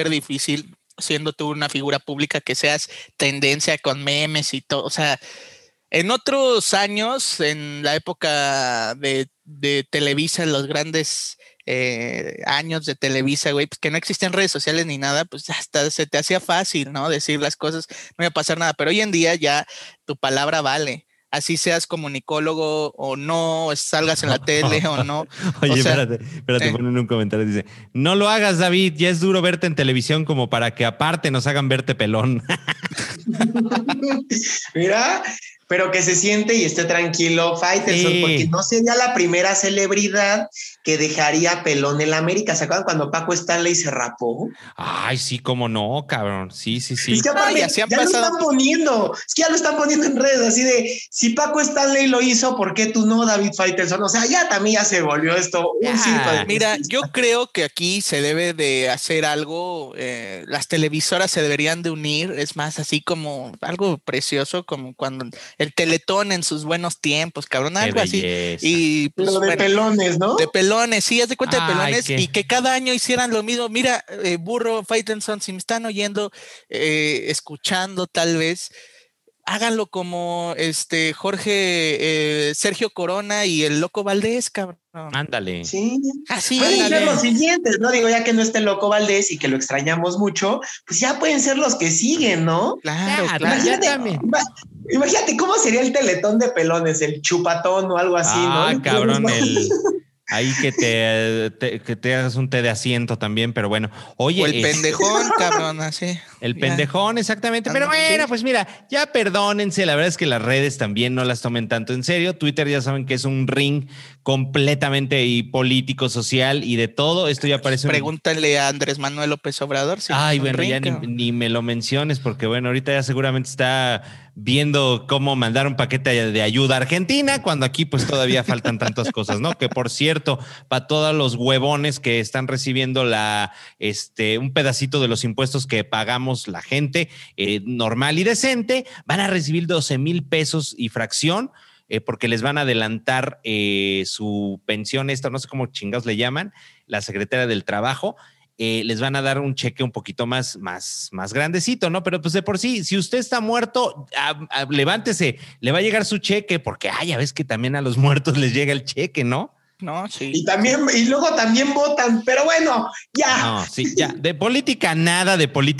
siendo tú una figura pública, que seas tendencia con memes y todo. O sea, en otros años, en la época de Televisa, los grandes años de Televisa, güey, pues que no existían redes sociales ni nada, pues hasta se te hacía fácil, ¿no? Decir las cosas, no iba a pasar nada. Pero hoy en día ya tu palabra vale. Así seas comunicólogo o no, salgas en la tele o no. Oye, o sea, espérate, ponen un comentario, dice, no lo hagas, David, ya es duro verte en televisión como para que aparte nos hagan verte pelón. Mira, pero que se siente y esté tranquilo Faitelson, porque no sería la primera celebridad que dejaría pelón en la América. ¿Se acuerdan cuando Paco Stanley se rapó? Ay, sí, cómo no, cabrón. Sí. Es que aparte, ya lo están poniendo. Es que ya lo están poniendo en redes, así de, si Paco Stanley lo hizo, ¿por qué tú no, David Faitelson? O sea, ya también ya se volvió esto un circo de... Mira, yo creo que aquí se debe de hacer algo, las televisoras se deberían de unir, es más, así como algo precioso, como cuando el Teletón en sus buenos tiempos, cabrón, algo así. Y pues, pero de pelones, ¿no? De pelones, sí, haz de cuenta de pelones, y que cada año hicieran lo mismo. Mira, Burro, Faitelson, si me están oyendo, escuchando tal vez, háganlo como Jorge, Sergio Corona y el Loco Valdés, cabrón. Ándale. Sí. Así. Pueden ser los siguientes, ¿no? Digo, ya que no esté el Loco Valdés y que lo extrañamos mucho, pues ya pueden ser los que siguen, ¿no? Claro. Imagínate cómo sería el Teletón de pelones, el chupatón o algo así, ¿no? Ah, cabrón, ahí que te hagas un té de asiento también, pero bueno. Oye, o el pendejón, cabrón, así. El pendejón, exactamente. Pero bueno, pues mira, ya perdónense. La verdad es que las redes también no las tomen tanto en serio. Twitter ya saben que es un ring completamente y político, social y de todo. Esto ya parece Pregúntale a Andrés Manuel López Obrador. Si ay, bueno, ring, ya ni me lo menciones, porque bueno, ahorita ya seguramente está viendo cómo mandar un paquete de ayuda a Argentina, cuando aquí pues todavía faltan tantas cosas, ¿no? Que por cierto, para todos los huevones que están recibiendo un pedacito de los impuestos que pagamos la gente normal y decente, van a recibir 12,000 pesos y fracción, porque les van a adelantar su pensión, no sé cómo chingados le llaman, la secretaria del Trabajo. Les van a dar un cheque un poquito más grandecito, ¿no? Pero pues de por sí, si usted está muerto, levántese, le va a llegar su cheque, porque ya ves que también a los muertos les llega el cheque, ¿no? No, sí. Y luego también votan, pero bueno, ya. No, sí, ya. De política nada.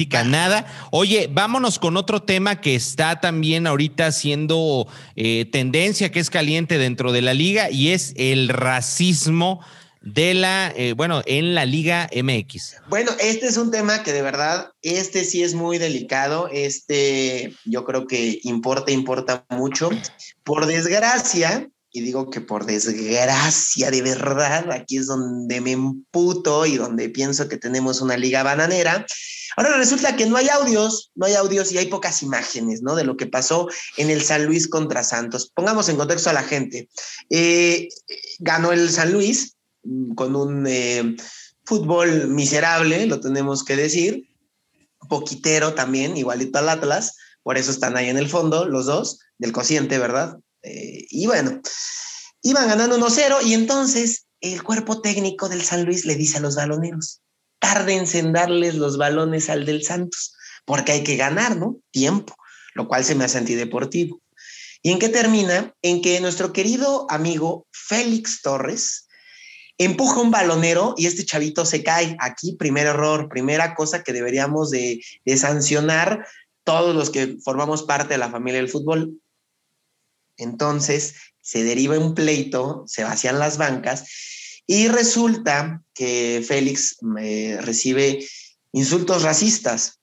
Oye, vámonos con otro tema que está también ahorita siendo tendencia, que es caliente dentro de la liga, y es el racismo de en la Liga MX. Bueno, este es un tema que de verdad, sí es muy delicado. Yo creo que importa mucho. Por desgracia, y digo que por desgracia de verdad, aquí es donde me emputo y donde pienso que tenemos una liga bananera. Ahora resulta que no hay audios y hay pocas imágenes, ¿no? De lo que pasó en el San Luis contra Santos. Pongamos en contexto a la gente. Ganó el San Luis con un fútbol miserable, lo tenemos que decir, poquitero también, igualito al Atlas, por eso están ahí en el fondo los dos, del cociente, ¿verdad? Y bueno, iban ganando 1-0 y entonces el cuerpo técnico del San Luis le dice a los baloneros, tárdense en darles los balones al del Santos, porque hay que ganar, ¿no? Tiempo, lo cual se me hace antideportivo. ¿Y en qué termina? En que nuestro querido amigo Félix Torres empuja un balonero y este chavito se cae. Aquí, primer error, primera cosa que deberíamos de sancionar todos los que formamos parte de la familia del fútbol. Entonces se deriva un pleito, se vacían las bancas y resulta que Félix recibe insultos racistas.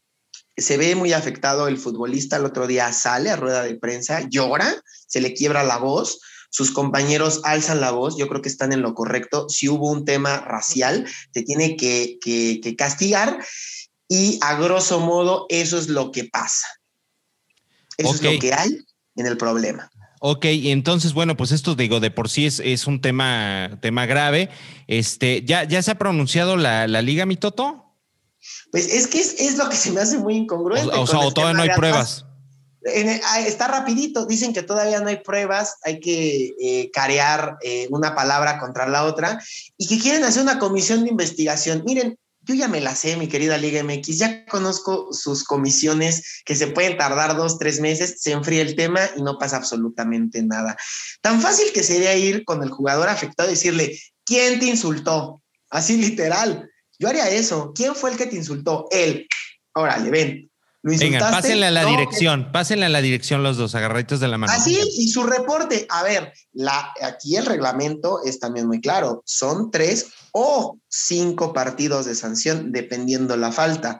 Se ve muy afectado el futbolista, el otro día sale a rueda de prensa, llora, se le quiebra la voz, sus compañeros alzan la voz, yo creo que están en lo correcto. Si hubo un tema racial, se tiene que castigar y a grosso modo eso es lo que pasa. Eso es lo que hay en el problema. Ok, entonces, bueno, pues esto digo, de por sí es un tema grave. ¿Ya se ha pronunciado la liga, mi Toto? Pues es que es lo que se me hace muy incongruente. O todavía no hay pruebas. Está rapidito, dicen que todavía no hay pruebas, hay que carear una palabra contra la otra y que quieren hacer una comisión de investigación. Miren, yo ya me la sé, mi querida Liga MX, ya conozco sus comisiones que se pueden tardar 2-3 meses, se enfría el tema y no pasa absolutamente nada. Tan fácil que sería ir con el jugador afectado y decirle, ¿quién te insultó? Así literal, yo haría eso. ¿Quién fue el que te insultó? Él. Órale, ven. Venga, pásenle a la dirección, pásenle a la dirección los dos, agarraditos de la mano. Así, y su reporte. A ver, aquí el reglamento es también muy claro. Son 3 o 5 partidos de sanción, dependiendo la falta.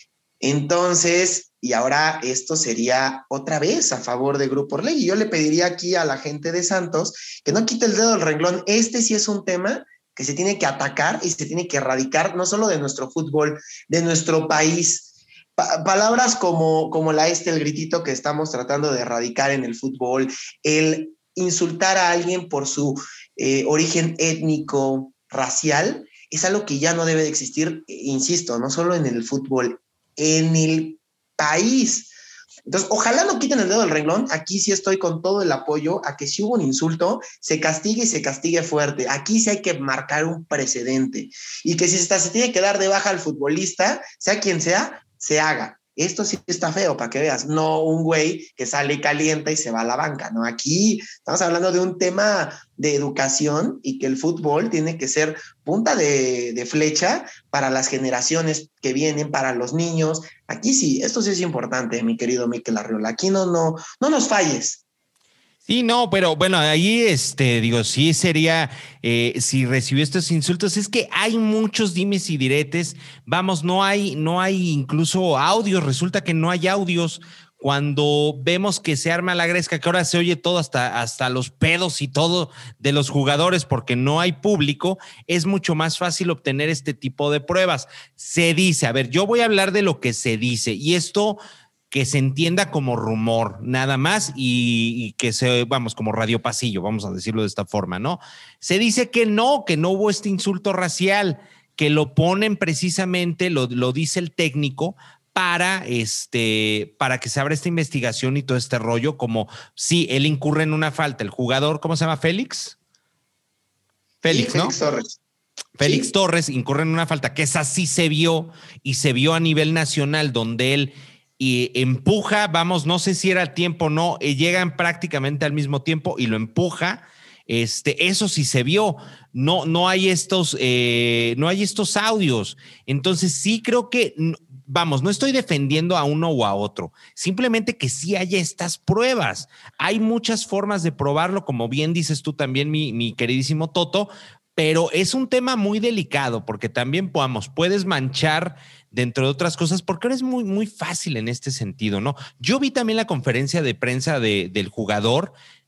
Entonces, y ahora esto sería otra vez a favor de Grupo Orlegui. Yo le pediría aquí a la gente de Santos que no quite el dedo del renglón. Este sí es un tema que se tiene que atacar y se tiene que erradicar, no solo de nuestro fútbol, de nuestro país. Palabras como el gritito que estamos tratando de erradicar en el fútbol, el insultar a alguien por su origen étnico, racial, es algo que ya no debe de existir, insisto, no solo en el fútbol, en el país. Entonces, ojalá no quiten el dedo del renglón. Aquí sí estoy con todo el apoyo a que si hubo un insulto, se castigue y se castigue fuerte. Aquí sí hay que marcar un precedente y que si se tiene que dar de baja al futbolista, sea quien sea, se haga. Esto sí está feo, para que veas, no un güey que sale y calienta y se va a la banca, ¿no? Aquí estamos hablando de un tema de educación y que el fútbol tiene que ser punta de flecha para las generaciones que vienen, para los niños. Aquí sí, esto sí es importante, mi querido Mikel Arriola. Aquí no nos falles. Sí, no, pero bueno, ahí digo, sí sería, si recibió estos insultos, es que hay muchos dimes y diretes, vamos, no hay incluso audios, resulta que no hay audios. Cuando vemos que se arma la gresca, que ahora se oye todo hasta los pedos y todo de los jugadores porque no hay público, es mucho más fácil obtener este tipo de pruebas. Se dice, a ver, yo voy a hablar de lo que se dice y esto que se entienda como rumor, nada más, y que como radio pasillo, vamos a decirlo de esta forma, ¿no? Se dice que no hubo este insulto racial, que lo ponen precisamente, lo dice el técnico, para que se abra esta investigación y todo este rollo, como si él incurre en una falta. El jugador, ¿cómo se llama? ¿Félix? Félix, ¿no? Félix Torres. Félix ¿sí? Torres incurre en una falta, que esa sí se vio, y se vio a nivel nacional, donde él empuja, vamos, no sé si era el tiempo o no, llegan prácticamente al mismo tiempo y lo empuja. Eso sí se vio. No hay estos audios. Entonces sí creo que, vamos, no estoy defendiendo a uno o a otro, simplemente que sí haya estas pruebas. Hay muchas formas de probarlo, como bien dices tú también, mi queridísimo Toto, pero es un tema muy delicado porque también, puedes manchar, dentro de otras cosas, porque ahora es muy, muy fácil en este sentido, ¿no? Yo vi también la conferencia de prensa del jugador,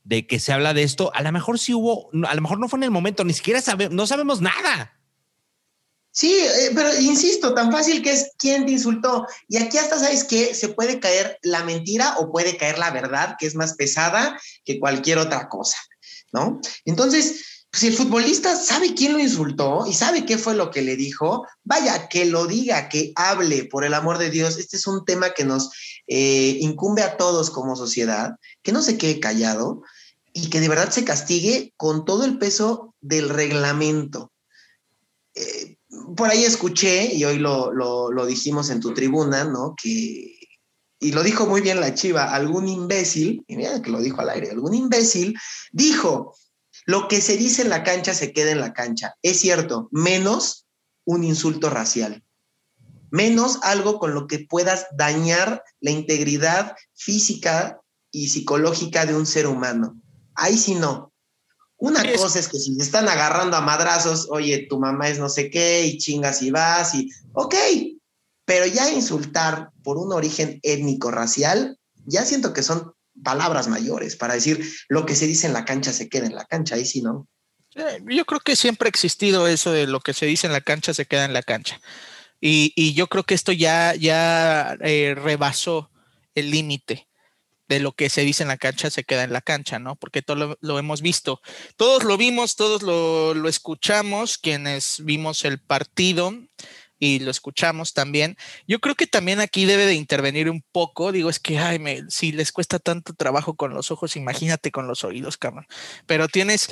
de que se habla de esto, a lo mejor sí hubo, a lo mejor no fue en el momento, ni siquiera no sabemos nada. Sí, pero insisto, tan fácil que es quién te insultó. Y aquí hasta sabes que se puede caer la mentira o puede caer la verdad, que es más pesada que cualquier otra cosa, ¿no? Entonces, si el futbolista sabe quién lo insultó y sabe qué fue lo que le dijo, vaya, que lo diga, que hable, por el amor de Dios. Este es un tema que nos incumbe a todos como sociedad, que no se quede callado y que de verdad se castigue con todo el peso del reglamento. Por ahí escuché, y hoy lo dijimos en tu tribuna, ¿no? Y lo dijo muy bien la Chiva, algún imbécil, y mira que lo dijo al aire, algún imbécil dijo, lo que se dice en la cancha se queda en la cancha. Es cierto, menos un insulto racial, menos algo con lo que puedas dañar la integridad física y psicológica de un ser humano. Ahí sí no. Una cosa es que si se están agarrando a madrazos, oye, tu mamá es no sé qué, y chingas y vas, y ok, pero ya insultar por un origen étnico-racial, ya siento que son palabras mayores para decir lo que se dice en la cancha se queda en la cancha, ahí sí no. Yo creo que siempre ha existido eso de lo que se dice en la cancha se queda en la cancha. Y yo creo que esto ya rebasó el límite de lo que se dice en la cancha se queda en la cancha, ¿no? Porque todo lo hemos visto. Todos lo vimos, todos lo escuchamos, quienes vimos el partido y lo escuchamos también. Yo creo que también aquí debe de intervenir un poco. Digo, es que si les cuesta tanto trabajo con los ojos, imagínate con los oídos, cabrón. Pero tienes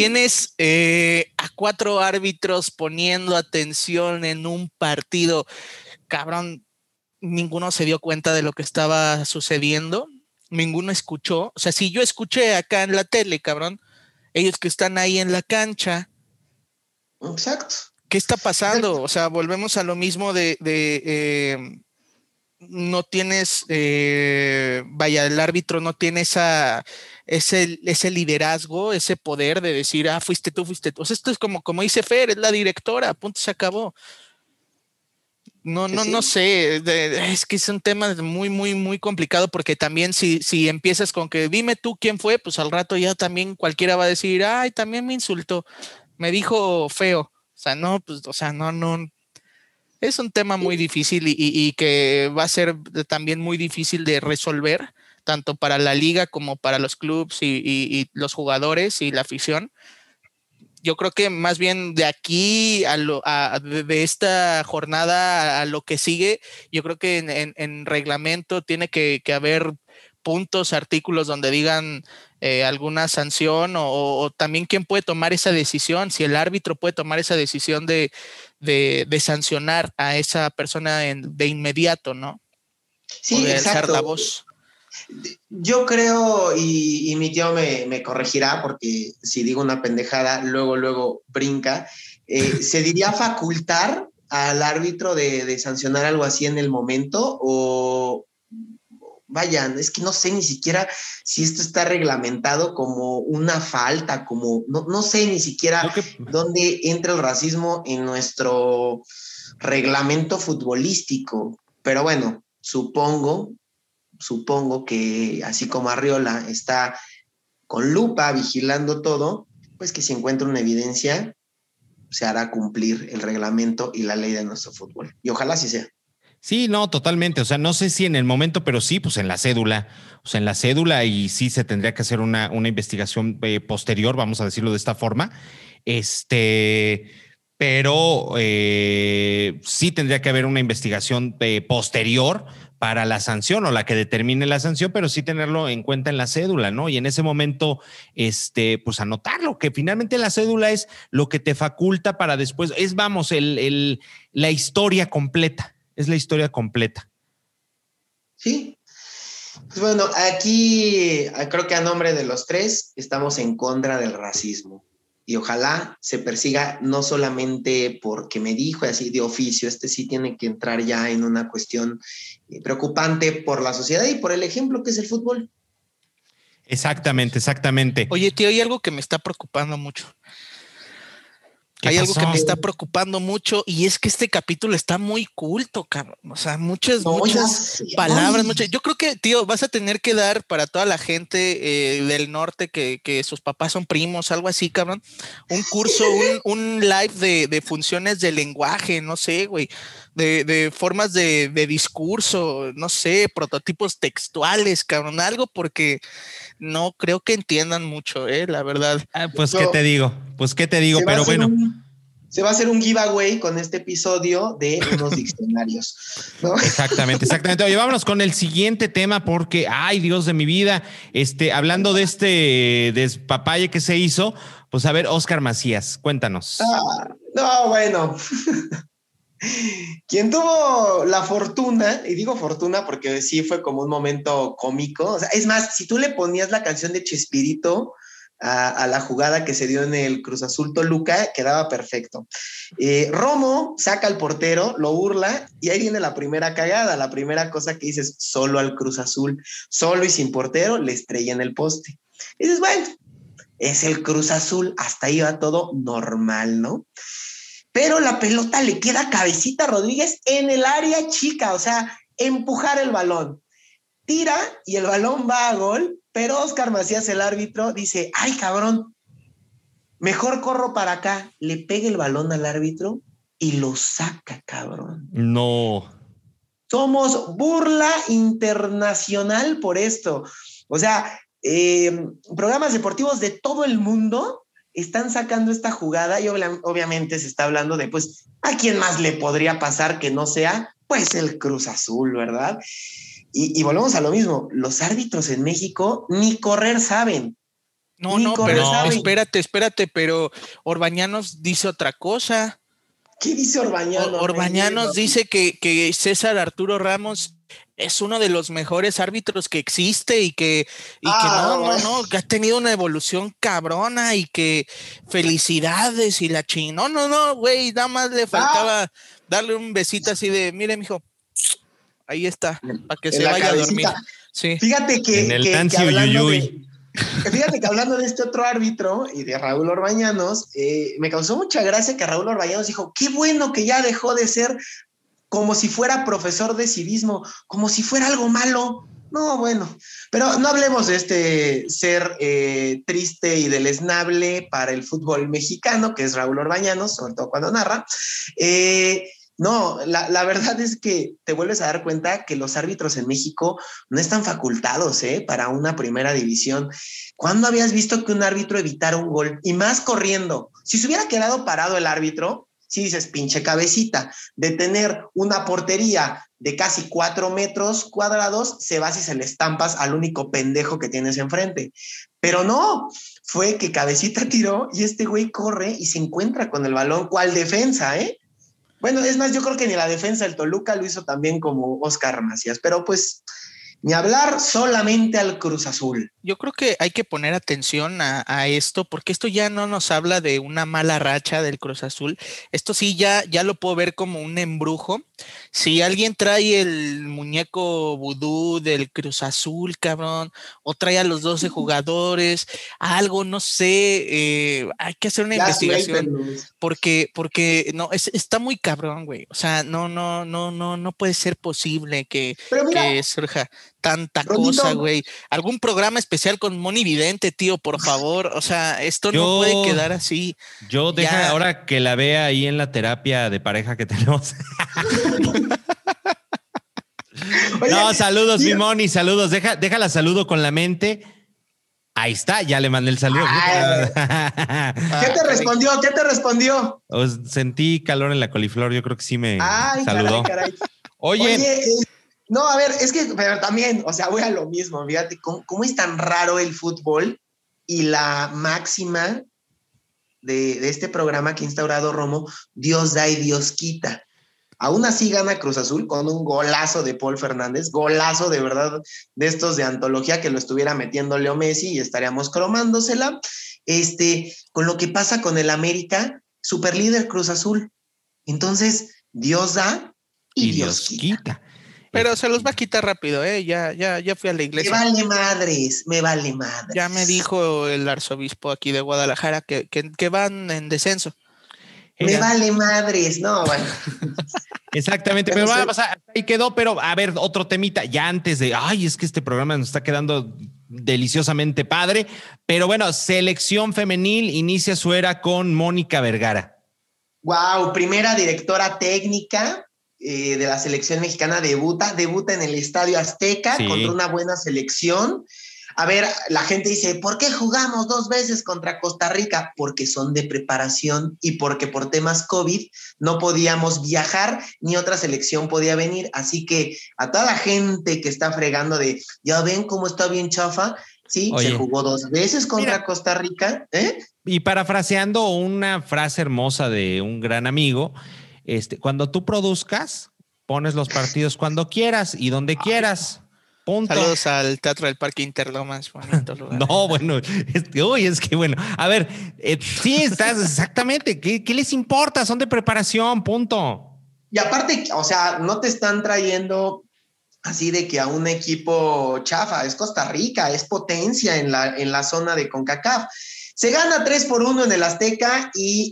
a 4 árbitros poniendo atención en un partido, cabrón. Ninguno se dio cuenta de lo que estaba sucediendo. Ninguno escuchó. O sea, si yo escuché acá en la tele, cabrón, ellos que están ahí en la cancha. Exacto. ¿Qué está pasando? O sea, volvemos a lo mismo no tienes, vaya, el árbitro no tiene ese liderazgo, ese poder de decir, fuiste tú. O sea, esto es como dice Fer, es la directora, punto, se acabó. No sé, es que es un tema muy, muy, muy complicado porque también si empiezas con que dime tú quién fue, pues al rato ya también cualquiera va a decir, ay, también me insultó, me dijo feo. O sea, no, pues, o sea, no. Es un tema muy difícil y que va a ser también muy difícil de resolver, tanto para la liga como para los clubes y los jugadores y la afición. Yo creo que más bien de aquí de esta jornada a lo que sigue, yo creo que en reglamento tiene que haber puntos, artículos donde digan alguna sanción o también quién puede tomar esa decisión, si el árbitro puede tomar esa decisión de sancionar a esa persona de inmediato, ¿no? Sí, o de exacto. alzar la voz. Yo creo, y mi tío me corregirá, porque si digo una pendejada, luego brinca, ¿se diría facultar al árbitro de sancionar algo así en el momento? O vaya, es que no sé ni siquiera si esto está reglamentado como una falta, como no sé ni siquiera dónde entra el racismo en nuestro reglamento futbolístico, pero bueno, supongo que así como Arriola está con lupa vigilando todo, pues que si encuentra una evidencia, se hará cumplir el reglamento y la ley de nuestro fútbol. Y ojalá así sea. Sí, no, totalmente. O sea, no sé si en el momento, pero sí, pues en la cédula. O sea, en la cédula y sí se tendría que hacer una investigación posterior, vamos a decirlo de esta forma. Pero sí tendría que haber una investigación posterior para la sanción o la que determine la sanción, pero sí tenerlo en cuenta en la cédula, ¿no? Y en ese momento, pues anotarlo, que finalmente la cédula es lo que te faculta para después, vamos, la historia completa, es la historia completa. Sí. Pues bueno, aquí creo que a nombre de los tres estamos en contra del racismo. Y ojalá se persiga no solamente porque me dijo así de oficio, sí tiene que entrar ya en una cuestión preocupante por la sociedad y por el ejemplo que es el fútbol. Exactamente. Oye, tío, hay algo que me está preocupando mucho. Hay algo que me está preocupando mucho y es que este capítulo está muy culto, cabrón. O sea, muchas palabras, muchas. Yo creo que, tío, vas a tener que dar para toda la gente del norte que sus papás son primos, algo así, cabrón, un curso, un live de funciones de lenguaje, no sé, güey, de formas de discurso, no sé, prototipos textuales, cabrón, algo, porque no creo que entiendan mucho, la verdad. Pues, ¿qué te digo? Pero bueno. Se va a hacer un giveaway con este episodio de unos diccionarios, ¿no? Exactamente. Oye, vámonos con el siguiente tema porque, ay, Dios de mi vida, hablando de este despapalle que se hizo, pues a ver, Óscar Macías, cuéntanos. No, bueno. Quien tuvo la fortuna, y digo fortuna porque sí fue como un momento cómico, o sea, es más, si tú le ponías la canción de Chespirito a la jugada que se dio en el Cruz Azul Toluca, quedaba perfecto. Romo saca al portero, lo burla, y ahí viene la primera cagada, la primera cosa que dices, solo al Cruz Azul, solo y sin portero, le estrella en el poste. Y dices, bueno, es el Cruz Azul, hasta ahí va todo normal, ¿no? Pero la pelota le queda a Cabecita Rodríguez en el área chica, o sea, empujar el balón. Tira y el balón va a gol, pero Óscar Macías, el árbitro, dice, ay, cabrón, mejor corro para acá. Le pega el balón al árbitro y lo saca, cabrón. No. Somos burla internacional por esto. O sea, programas deportivos de todo el mundo están sacando esta jugada y obviamente se está hablando de, pues, ¿a quién más le podría pasar que no sea, pues, el Cruz Azul, ¿verdad? Y volvemos a lo mismo, los árbitros en México ni correr saben. Espérate, pero Orbañanos dice otra cosa. ¿Qué dice Orbañanos? Orbañanos dice que César Arturo Ramos es uno de los mejores árbitros que existe y que ha tenido una evolución cabrona y que felicidades y la chingada. No, güey, nada más le faltaba darle un besito así de, mire, mijo, ahí está, para que se vaya cabecita. A dormir. Sí. Fíjate que, en el Tansi Uyuyuy. Fíjate que hablando de este otro árbitro y de Raúl Orbañanos, me causó mucha gracia que Raúl Orbañanos dijo, qué bueno que ya dejó de ser como si fuera profesor de civismo, como si fuera algo malo. No, bueno, pero no hablemos de este ser triste y deleznable para el fútbol mexicano, que es Raúl Orbañanos, sobre todo cuando narra. No, la verdad es que te vuelves a dar cuenta que los árbitros en México no están facultados para una primera división. ¿Cuándo habías visto que un árbitro evitara un gol? Y más corriendo. Si se hubiera quedado parado el árbitro, si dices, pinche Cabecita, de tener una portería de casi 4 metros cuadrados, se va si se le estampas al único pendejo que tienes enfrente. Pero no, fue que Cabecita tiró y este güey corre y se encuentra con el balón, ¿cuál defensa, Bueno, es más, yo creo que ni la defensa del Toluca lo hizo también como Óscar Macías, pero pues ni hablar, solamente al Cruz Azul. Yo creo que hay que poner atención a esto, porque esto ya no nos habla de una mala racha del Cruz Azul. Esto sí ya lo puedo ver como un embrujo. Si alguien trae el muñeco vudú del Cruz Azul, cabrón, o trae a los 12 jugadores, algo, no sé, hay que hacer una investigación, porque no, está muy cabrón, güey. O sea, no puede ser posible que surja tanta cosa, güey. Algún programa especial con Moni Vidente, tío, por favor. O sea, esto no puede quedar así. Deja ahora que la vea ahí en la terapia de pareja que tenemos. Oye, no, saludos, mi Moni, saludos. Déjala saludo con la mente. Ahí está, ya le mandé el saludo. ¿Qué te respondió? Pues, sentí calor en la coliflor, yo creo que sí me saludó. Caray. Oye no, a ver, es que pero también, o sea, voy a lo mismo, fíjate, ¿cómo es tan raro el fútbol? Y la máxima de este programa que ha instaurado Romo, Dios da y Dios quita. Aún así gana Cruz Azul con un golazo de Paul Fernández, golazo de verdad de estos de antología que lo estuviera metiendo Leo Messi y estaríamos cromándosela. Con lo que pasa con el América, superlíder Cruz Azul. Entonces, Dios da y Dios quita. Pero se los va a quitar rápido, ya fui a la iglesia. Me vale madres. Ya me dijo el arzobispo aquí de Guadalajara que van en descenso. Me vale madres, no, bueno. Exactamente, pero va a pasar, ahí quedó, pero a ver, otro temita, ya antes de, es que este programa nos está quedando deliciosamente padre, pero bueno, selección femenil inicia su era con Mónica Vergara. Wow, primera directora técnica de la selección mexicana, debuta en el Estadio Azteca contra una buena selección. A ver, la gente dice, ¿por qué jugamos 2 veces contra Costa Rica? Porque son de preparación y porque por temas COVID no podíamos viajar ni otra selección podía venir. Así que a toda la gente que está fregando de, ya ven cómo está bien chafa, sí, se jugó 2 veces contra Costa Rica. Y parafraseando una frase hermosa de un gran amigo, cuando tú produzcas, pones los partidos cuando quieras y donde quieras. Punto. Saludos al Teatro del Parque Interlomas, bonito lugar. No, bueno, es que bueno, a ver, sí, estás exactamente, ¿qué les importa? Son de preparación, punto. Y aparte, o sea, no te están trayendo así de que a un equipo chafa, es Costa Rica, es potencia en la zona de CONCACAF. Se gana 3-1 en el Azteca y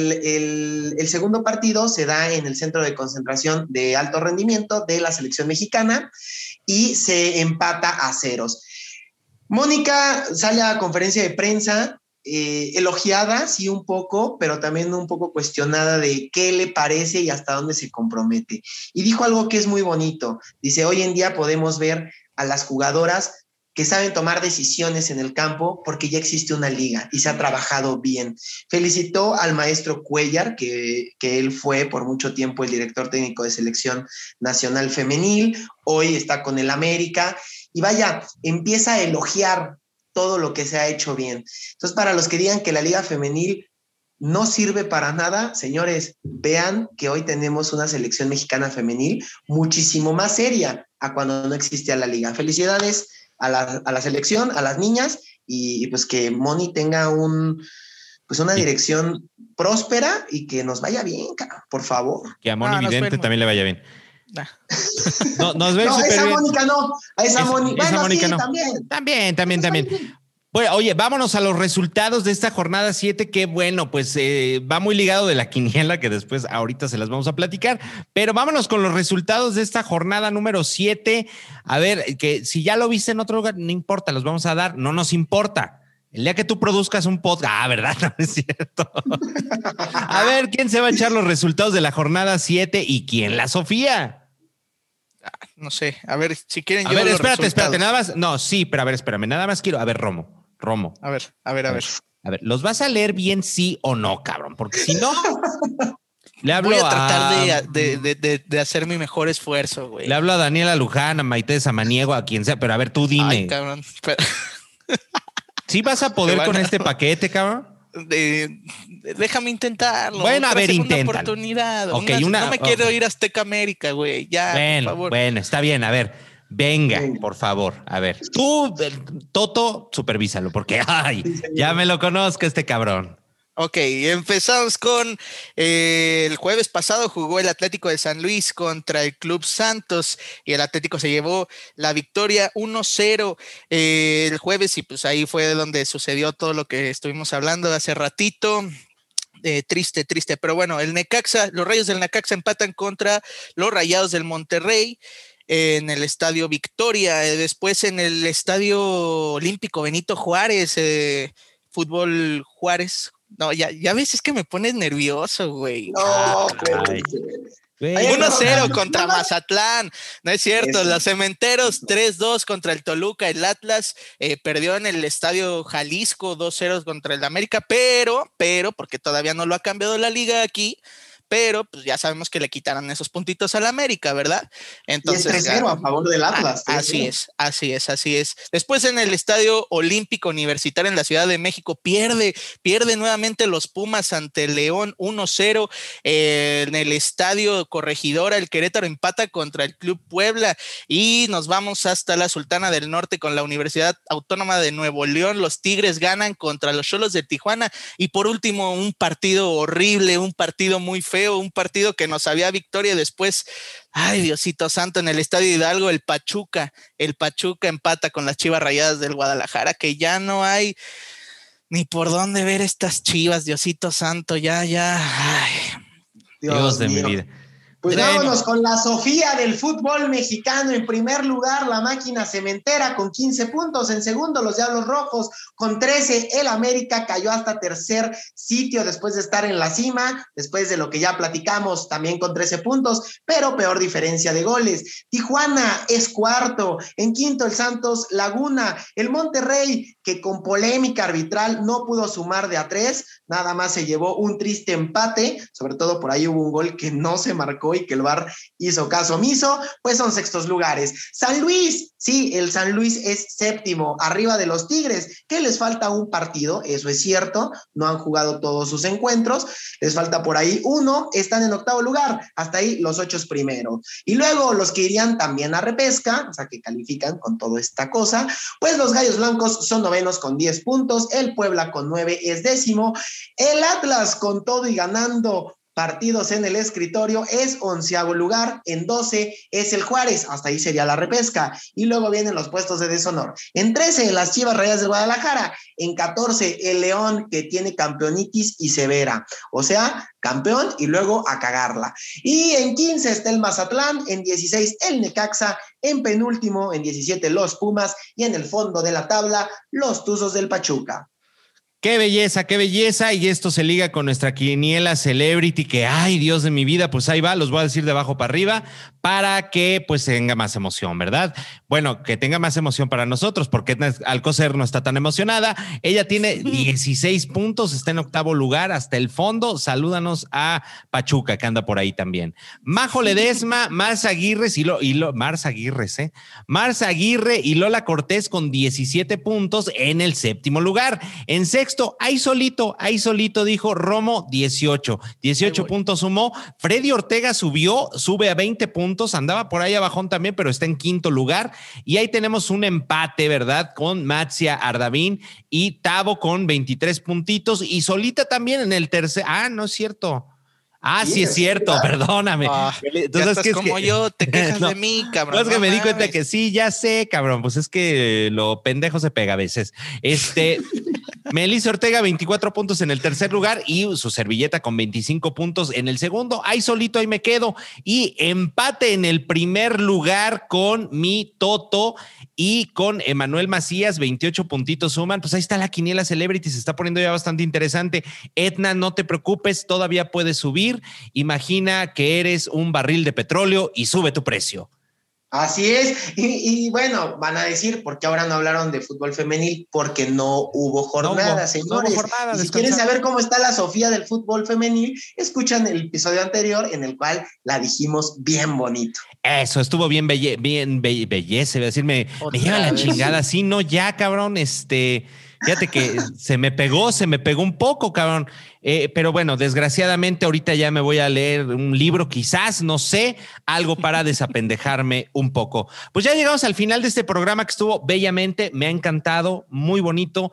el segundo partido se da en el centro de concentración de alto rendimiento de la selección mexicana y se empata a 0. Mónica sale a conferencia de prensa elogiada, sí, un poco, pero también un poco cuestionada de qué le parece y hasta dónde se compromete. Y dijo algo que es muy bonito. Dice, hoy en día podemos ver a las jugadoras que saben tomar decisiones en el campo porque ya existe una liga y se ha trabajado bien. Felicitó al maestro Cuellar, que él fue por mucho tiempo el director técnico de selección nacional femenil, hoy está con el América, y vaya, empieza a elogiar todo lo que se ha hecho bien. Entonces, para los que digan que la liga femenil no sirve para nada, señores, vean que hoy tenemos una selección mexicana femenil muchísimo más seria a cuando no existía la liga. Felicidades a la selección, a las niñas, y pues que Moni tenga una dirección próspera y que nos vaya bien, por favor. Que a Moni Vidente también le vaya bien. No, nos ve no, a esa bien. Mónica no, a esa Mónica. Bueno, Mónica sí, no. También. Bueno, oye, vámonos a los resultados de esta jornada 7, que bueno, pues va muy ligado de la quiniela, que después ahorita se las vamos a platicar, pero vámonos con los resultados de esta jornada número 7. A ver, que si ya lo viste en otro lugar, no importa, los vamos a dar, no nos importa. El día que tú produzcas un podcast, ¿verdad? No es cierto. A ver, ¿quién se va a echar los resultados de la jornada 7 y quién? La Sofía. No sé, a ver, si quieren yo. A ver, espérate, nada más. No, sí, pero a ver, espérame, nada más quiero. A ver, Romo. A ver. A ver, ¿los vas a leer bien sí o no, cabrón? Porque si no, le hablo voy a tratar de hacer mi mejor esfuerzo, güey. Le hablo a Daniela Luján, a Maite de Samaniego, a quien sea, pero a ver, tú dime. Ay, cabrón. ¿Sí vas a poder con este paquete, cabrón? Déjame intentarlo. Bueno, a ver, inténtalo. Oportunidad. Okay, no me quiero ir a Azteca América, güey. Ya, bueno, por favor. Bueno, está bien, a ver. Venga, por favor, a ver. Tú, Toto, supervísalo, porque ya me lo conozco este cabrón. Ok, empezamos con el jueves pasado jugó el Atlético de San Luis contra el Club Santos y el Atlético se llevó la victoria 1-0 el jueves y pues ahí fue donde sucedió todo lo que estuvimos hablando hace ratito. Triste, pero bueno, los Rayos del Necaxa empatan contra los Rayados del Monterrey en el Estadio Victoria, después en el Estadio Olímpico Benito Juárez, Fútbol Juárez. No, ya ves, es que me pones nervioso, güey. No, 1-0 contra Mazatlán, no es cierto. Los Cementeros 3-2 contra el Toluca. El Atlas perdió en el Estadio Jalisco 2-0 contra el América, pero porque todavía no lo ha cambiado la liga aquí, pero pues ya sabemos que le quitarán esos puntitos al América, ¿verdad? Entonces, y es 3-0 a favor del Atlas. Así es. Después en el Estadio Olímpico Universitario en la Ciudad de México pierde nuevamente los Pumas ante León 1-0. En el Estadio Corregidora el Querétaro empata contra el Club Puebla y nos vamos hasta la Sultana del Norte con la Universidad Autónoma de Nuevo León. Los Tigres ganan contra los Xolos de Tijuana y por último un partido horrible, un partido muy feo, un partido que nos sabía victoria después. Ay, Diosito santo, en el Estadio Hidalgo el Pachuca empata con las Chivas Rayadas del Guadalajara, que ya no hay Ni por dónde ver estas Chivas, Diosito santo, ya. Ay. Dios de mi vida. Pues vámonos con la Sofía del fútbol mexicano. En primer lugar, la máquina cementera con 15 puntos. En segundo, los Diablos Rojos con 13. El América cayó hasta tercer sitio después de estar en la cima, después de lo que ya platicamos, también con 13 puntos, pero peor diferencia de goles. Tijuana es cuarto. En quinto, el Santos Laguna. El Monterrey, que con polémica arbitral no pudo sumar de a 3, nada más se llevó un triste empate, sobre todo por ahí hubo un gol que no se marcó y que el VAR hizo caso omiso, pues son sextos lugares. San Luis, sí, el San Luis es séptimo, arriba de los Tigres, que les falta un partido, eso es cierto, no han jugado todos sus encuentros, les falta por ahí uno, están en octavo lugar, hasta ahí los 8 primero. Y luego los que irían también a repesca, o sea, que califican con toda esta cosa, pues los Gallos Blancos son novenos con 10 puntos, el Puebla con 9 es décimo, el Atlas con todo y ganando partidos en el escritorio es 11º lugar, en 12 es el Juárez, hasta ahí sería la repesca, y luego vienen los puestos de deshonor. En 13 las Chivas Rayadas de Guadalajara, en 14 el León, que tiene campeonitis y severa, o sea, campeón y luego a cagarla. Y en 15 está el Mazatlán, en 16 el Necaxa, en penúltimo, en 17 los Pumas, y en el fondo de la tabla los Tuzos del Pachuca. Qué belleza, y esto se liga con nuestra quiniela Celebrity, que ay, Dios de mi vida, pues ahí va, los voy a decir de abajo para arriba, para que pues tenga más emoción, ¿verdad? Bueno, que tenga más emoción para nosotros, porque Alcocer no está tan emocionada, ella tiene 16 puntos, está en octavo lugar, hasta el fondo, salúdanos a Pachuca, que anda por ahí también. Majo Ledesma, Marza Aguirre y Lola Cortés con 17 puntos en el séptimo lugar. En sexto, ahí solito dijo Romo, 18 puntos sumó. Freddy Ortega sube a 20 puntos, andaba por ahí abajón también, pero está en quinto lugar. Y ahí tenemos un empate, ¿verdad? Con Matzia Ardavín y Tavo con 23 puntitos, y solita también en el tercer. No es cierto. Sí es cierto, perdóname. Entonces, es como que, yo, te quejas de mí, cabrón. No, es que me di cuenta que sí, ya sé, cabrón. Pues es que lo pendejo se pega a veces. Melissa Ortega, 24 puntos en el tercer lugar, y su servilleta con 25 puntos en el segundo. Ahí solito, ahí me quedo. Y empate en el primer lugar con mi Toto y con Emanuel Macías, 28 puntitos suman. Pues ahí está la quiniela Celebrity, se está poniendo ya bastante interesante. Edna, no te preocupes, todavía puedes subir. Imagina que eres un barril de petróleo y sube tu precio. Así es, y bueno, van a decir, ¿por qué ahora no hablaron de fútbol femenil? Porque no hubo jornada, señores. No hubo jornada, y si quieren saber cómo está la Sofía del fútbol femenil, escuchan el episodio anterior en el cual la dijimos bien bonito. Eso, estuvo bien belleza, iba a decir, me lleva la chingada, sí, no, ya, cabrón, fíjate que se me pegó un poco, cabrón. Pero bueno, desgraciadamente ahorita ya me voy a leer un libro, quizás, no sé, algo para desapendejarme un poco. Pues ya llegamos al final de este programa que estuvo bellamente, me ha encantado, muy bonito.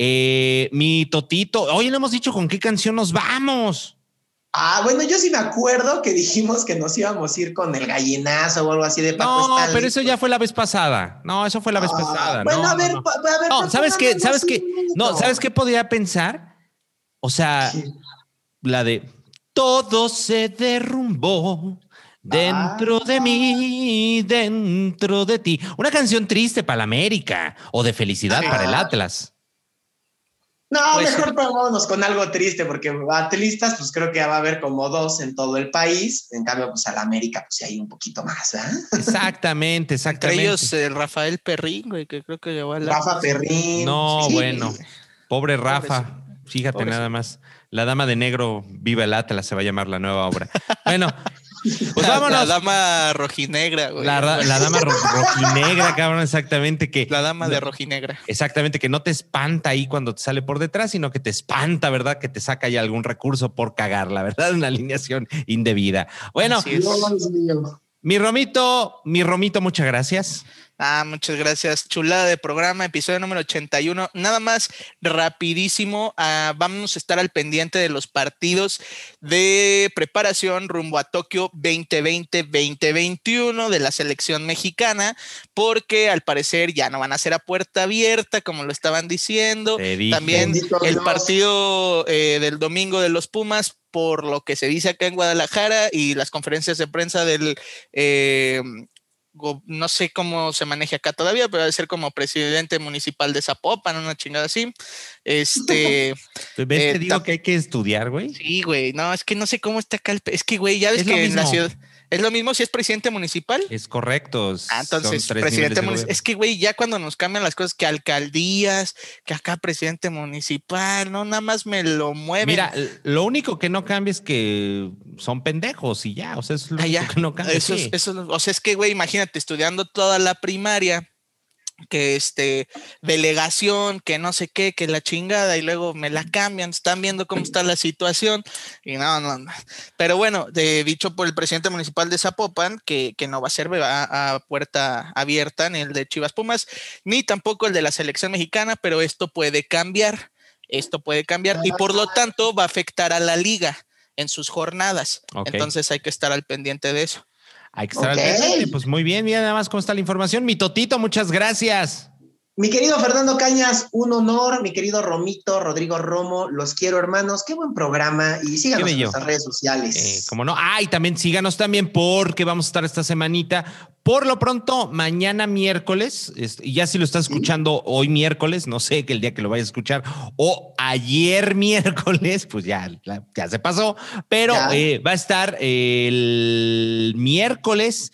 Mi Totito, hoy no hemos dicho con qué canción nos vamos. Bueno, yo sí me acuerdo que dijimos que nos íbamos a ir con el gallinazo o algo así de Paco Stanley. No, pero eso ya fue la vez pasada. No, eso fue la vez pasada. Bueno, no, a ver. No, ¿sabes qué? No, ¿sabes qué podría pensar? O sea, sí. La de todo se derrumbó dentro de mí, dentro de ti. Una canción triste para la América o de felicidad para el Atlas. No, pues mejor vámonos con algo triste, porque atlistas, pues creo que va a haber como 2 en todo el país. En cambio, pues a la América, pues sí hay un poquito más, ¿verdad? Exactamente. Entre ellos, Rafael Perrín, güey, que creo que llevó a la... Rafa Perrín. No, sí. Bueno, pobre Rafa. Fíjate pobre nada más. La Dama de Negro, viva el Atlas, se va a llamar la nueva obra. Bueno, pues vámonos. La Dama Rojinegra, güey. La Dama Rojinegra, cabrón, exactamente. La Dama de Rojinegra. Exactamente, que no te espanta ahí cuando te sale por detrás, sino que te espanta, ¿verdad? Que te saca ya algún recurso por cagarla, ¿verdad? Una alineación indebida. Bueno, mi Romito, muchas gracias. Muchas gracias. Chulada de programa, episodio número 81. Nada más rapidísimo, vamos a estar al pendiente de los partidos de preparación rumbo a Tokio 2020-2021 de la selección mexicana, porque al parecer ya no van a ser a puerta abierta, como lo estaban diciendo. También el partido del domingo de los Pumas, por lo que se dice acá en Guadalajara, y las conferencias de prensa del... no sé cómo se maneja acá todavía, pero debe ser como presidente municipal de Zapopan, una chingada así. Te digo que hay que estudiar, güey. Sí, güey. No, es que no sé cómo está acá. Es que, güey, ya ves que en la ciudad... ¿Es lo mismo si es presidente municipal? Es correcto. Entonces, presidente municipal. Es que, güey, ya cuando nos cambian las cosas, que alcaldías, que acá presidente municipal, no, nada más me lo mueven. Mira, lo único que no cambia es que son pendejos y ya, o sea, es lo único que no cambia. Eso, o sea, es que, güey, imagínate, estudiando toda la primaria, que delegación, que no sé qué, que la chingada, y luego me la cambian, están viendo cómo está la situación, y no. Pero bueno, dicho por el presidente municipal de Zapopan, que no va a ser a puerta abierta ni el de Chivas Pumas, ni tampoco el de la selección mexicana, pero esto puede cambiar, y por lo tanto va a afectar a la liga en sus jornadas. Okay. Entonces hay que estar al pendiente de eso. Hay que estar al pendiente. Pues muy bien, mira nada más cómo está la información. Mi Totito, muchas gracias. Mi querido Fernando Cañas, un honor. Mi querido Romito, Rodrigo Romo, los quiero, hermanos. Qué buen programa. Y síganos en nuestras redes sociales. Como no. Y también síganos también, porque vamos a estar esta semanita. Por lo pronto, mañana miércoles, y ya si lo estás escuchando hoy miércoles, no sé que el día que lo vayas a escuchar, o ayer miércoles, pues ya se pasó, pero va a estar el miércoles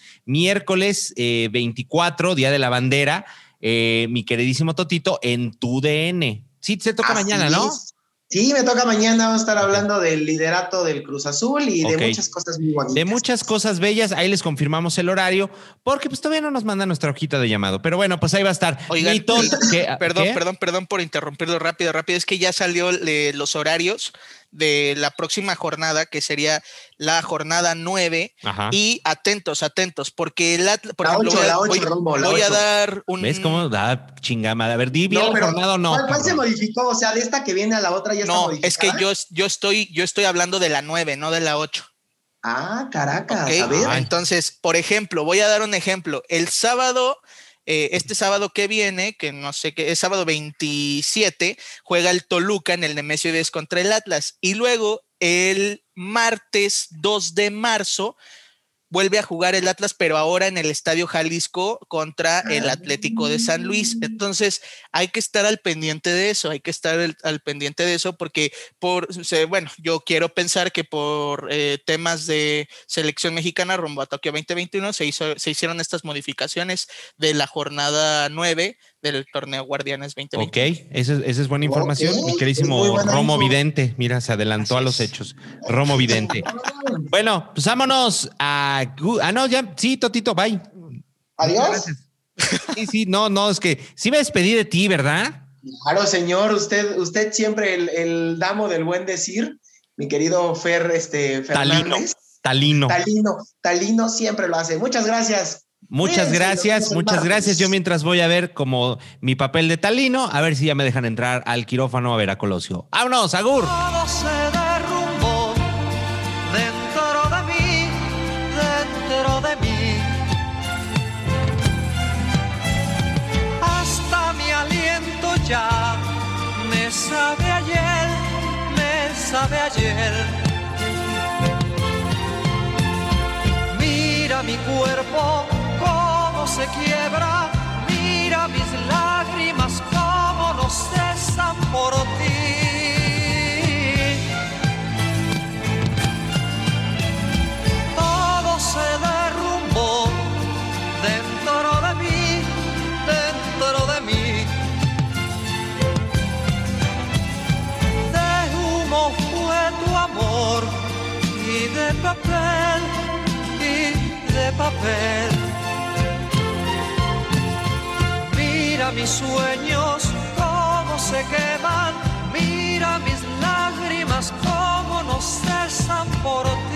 24, Día de la Bandera, mi queridísimo Totito, en tu DN. Sí, se toca mañana, ¿no? Sí, me toca mañana. Vamos a estar hablando del liderato del Cruz Azul y de muchas cosas muy bonitas. De muchas cosas bellas. Ahí les confirmamos el horario, porque pues todavía no nos mandan nuestra hojita de llamado. Pero bueno, pues ahí va a estar. Oigan, perdón por interrumpirlo rápido. Es que ya salió los horarios de la próxima jornada, que sería la jornada 9. Ajá. Y atentos, porque por ejemplo, voy a dar un... ¿Ves cómo da chingama? A ver, di bien la jornada o no. ¿Cuál se modificó? O sea, de esta que viene a la otra ya está modificada. No, es que yo estoy hablando de la 9, no de la 8. Caracas, okay. A ver. Entonces, por ejemplo, voy a dar un ejemplo. El sábado... este sábado que viene, que no sé qué, es sábado 27, juega el Toluca en el Nemesio 10 contra el Atlas. Y luego el martes 2 de marzo vuelve a jugar el Atlas, pero ahora en el Estadio Jalisco contra el Atlético de San Luis. Entonces hay que estar al pendiente de eso, porque yo quiero pensar que por temas de selección mexicana rumbo a Tokio 2021 se hicieron estas modificaciones de la jornada 9 del torneo Guardianes 2020. Ok, esa es buena información, mi queridísimo Romo Vidente. Mira, se adelantó a los hechos. Romo Vidente. Bueno, pues vámonos a... no, ya, sí, Totito, bye. Adiós. Sí, no, es que sí me despedí de ti, ¿verdad? Claro, señor, usted siempre el damo del buen decir, mi querido Fernández. Talino siempre lo hace. Muchas gracias. Muchas gracias. Yo mientras voy a ver como mi papel de Talino, a ver si ya me dejan entrar al quirófano a ver a Colosio. ¡Vámonos, agur! Todo se derrumbó dentro de mí. Hasta mi aliento ya me sabe ayer. Mira mi cuerpo cómo se quiebra, mira mis lágrimas cómo no cesan por ti. Todo se derrumbó dentro de mí. De humo fue tu amor y de papel. Mira mis sueños cómo se queman, mira mis lágrimas cómo no cesan por ti.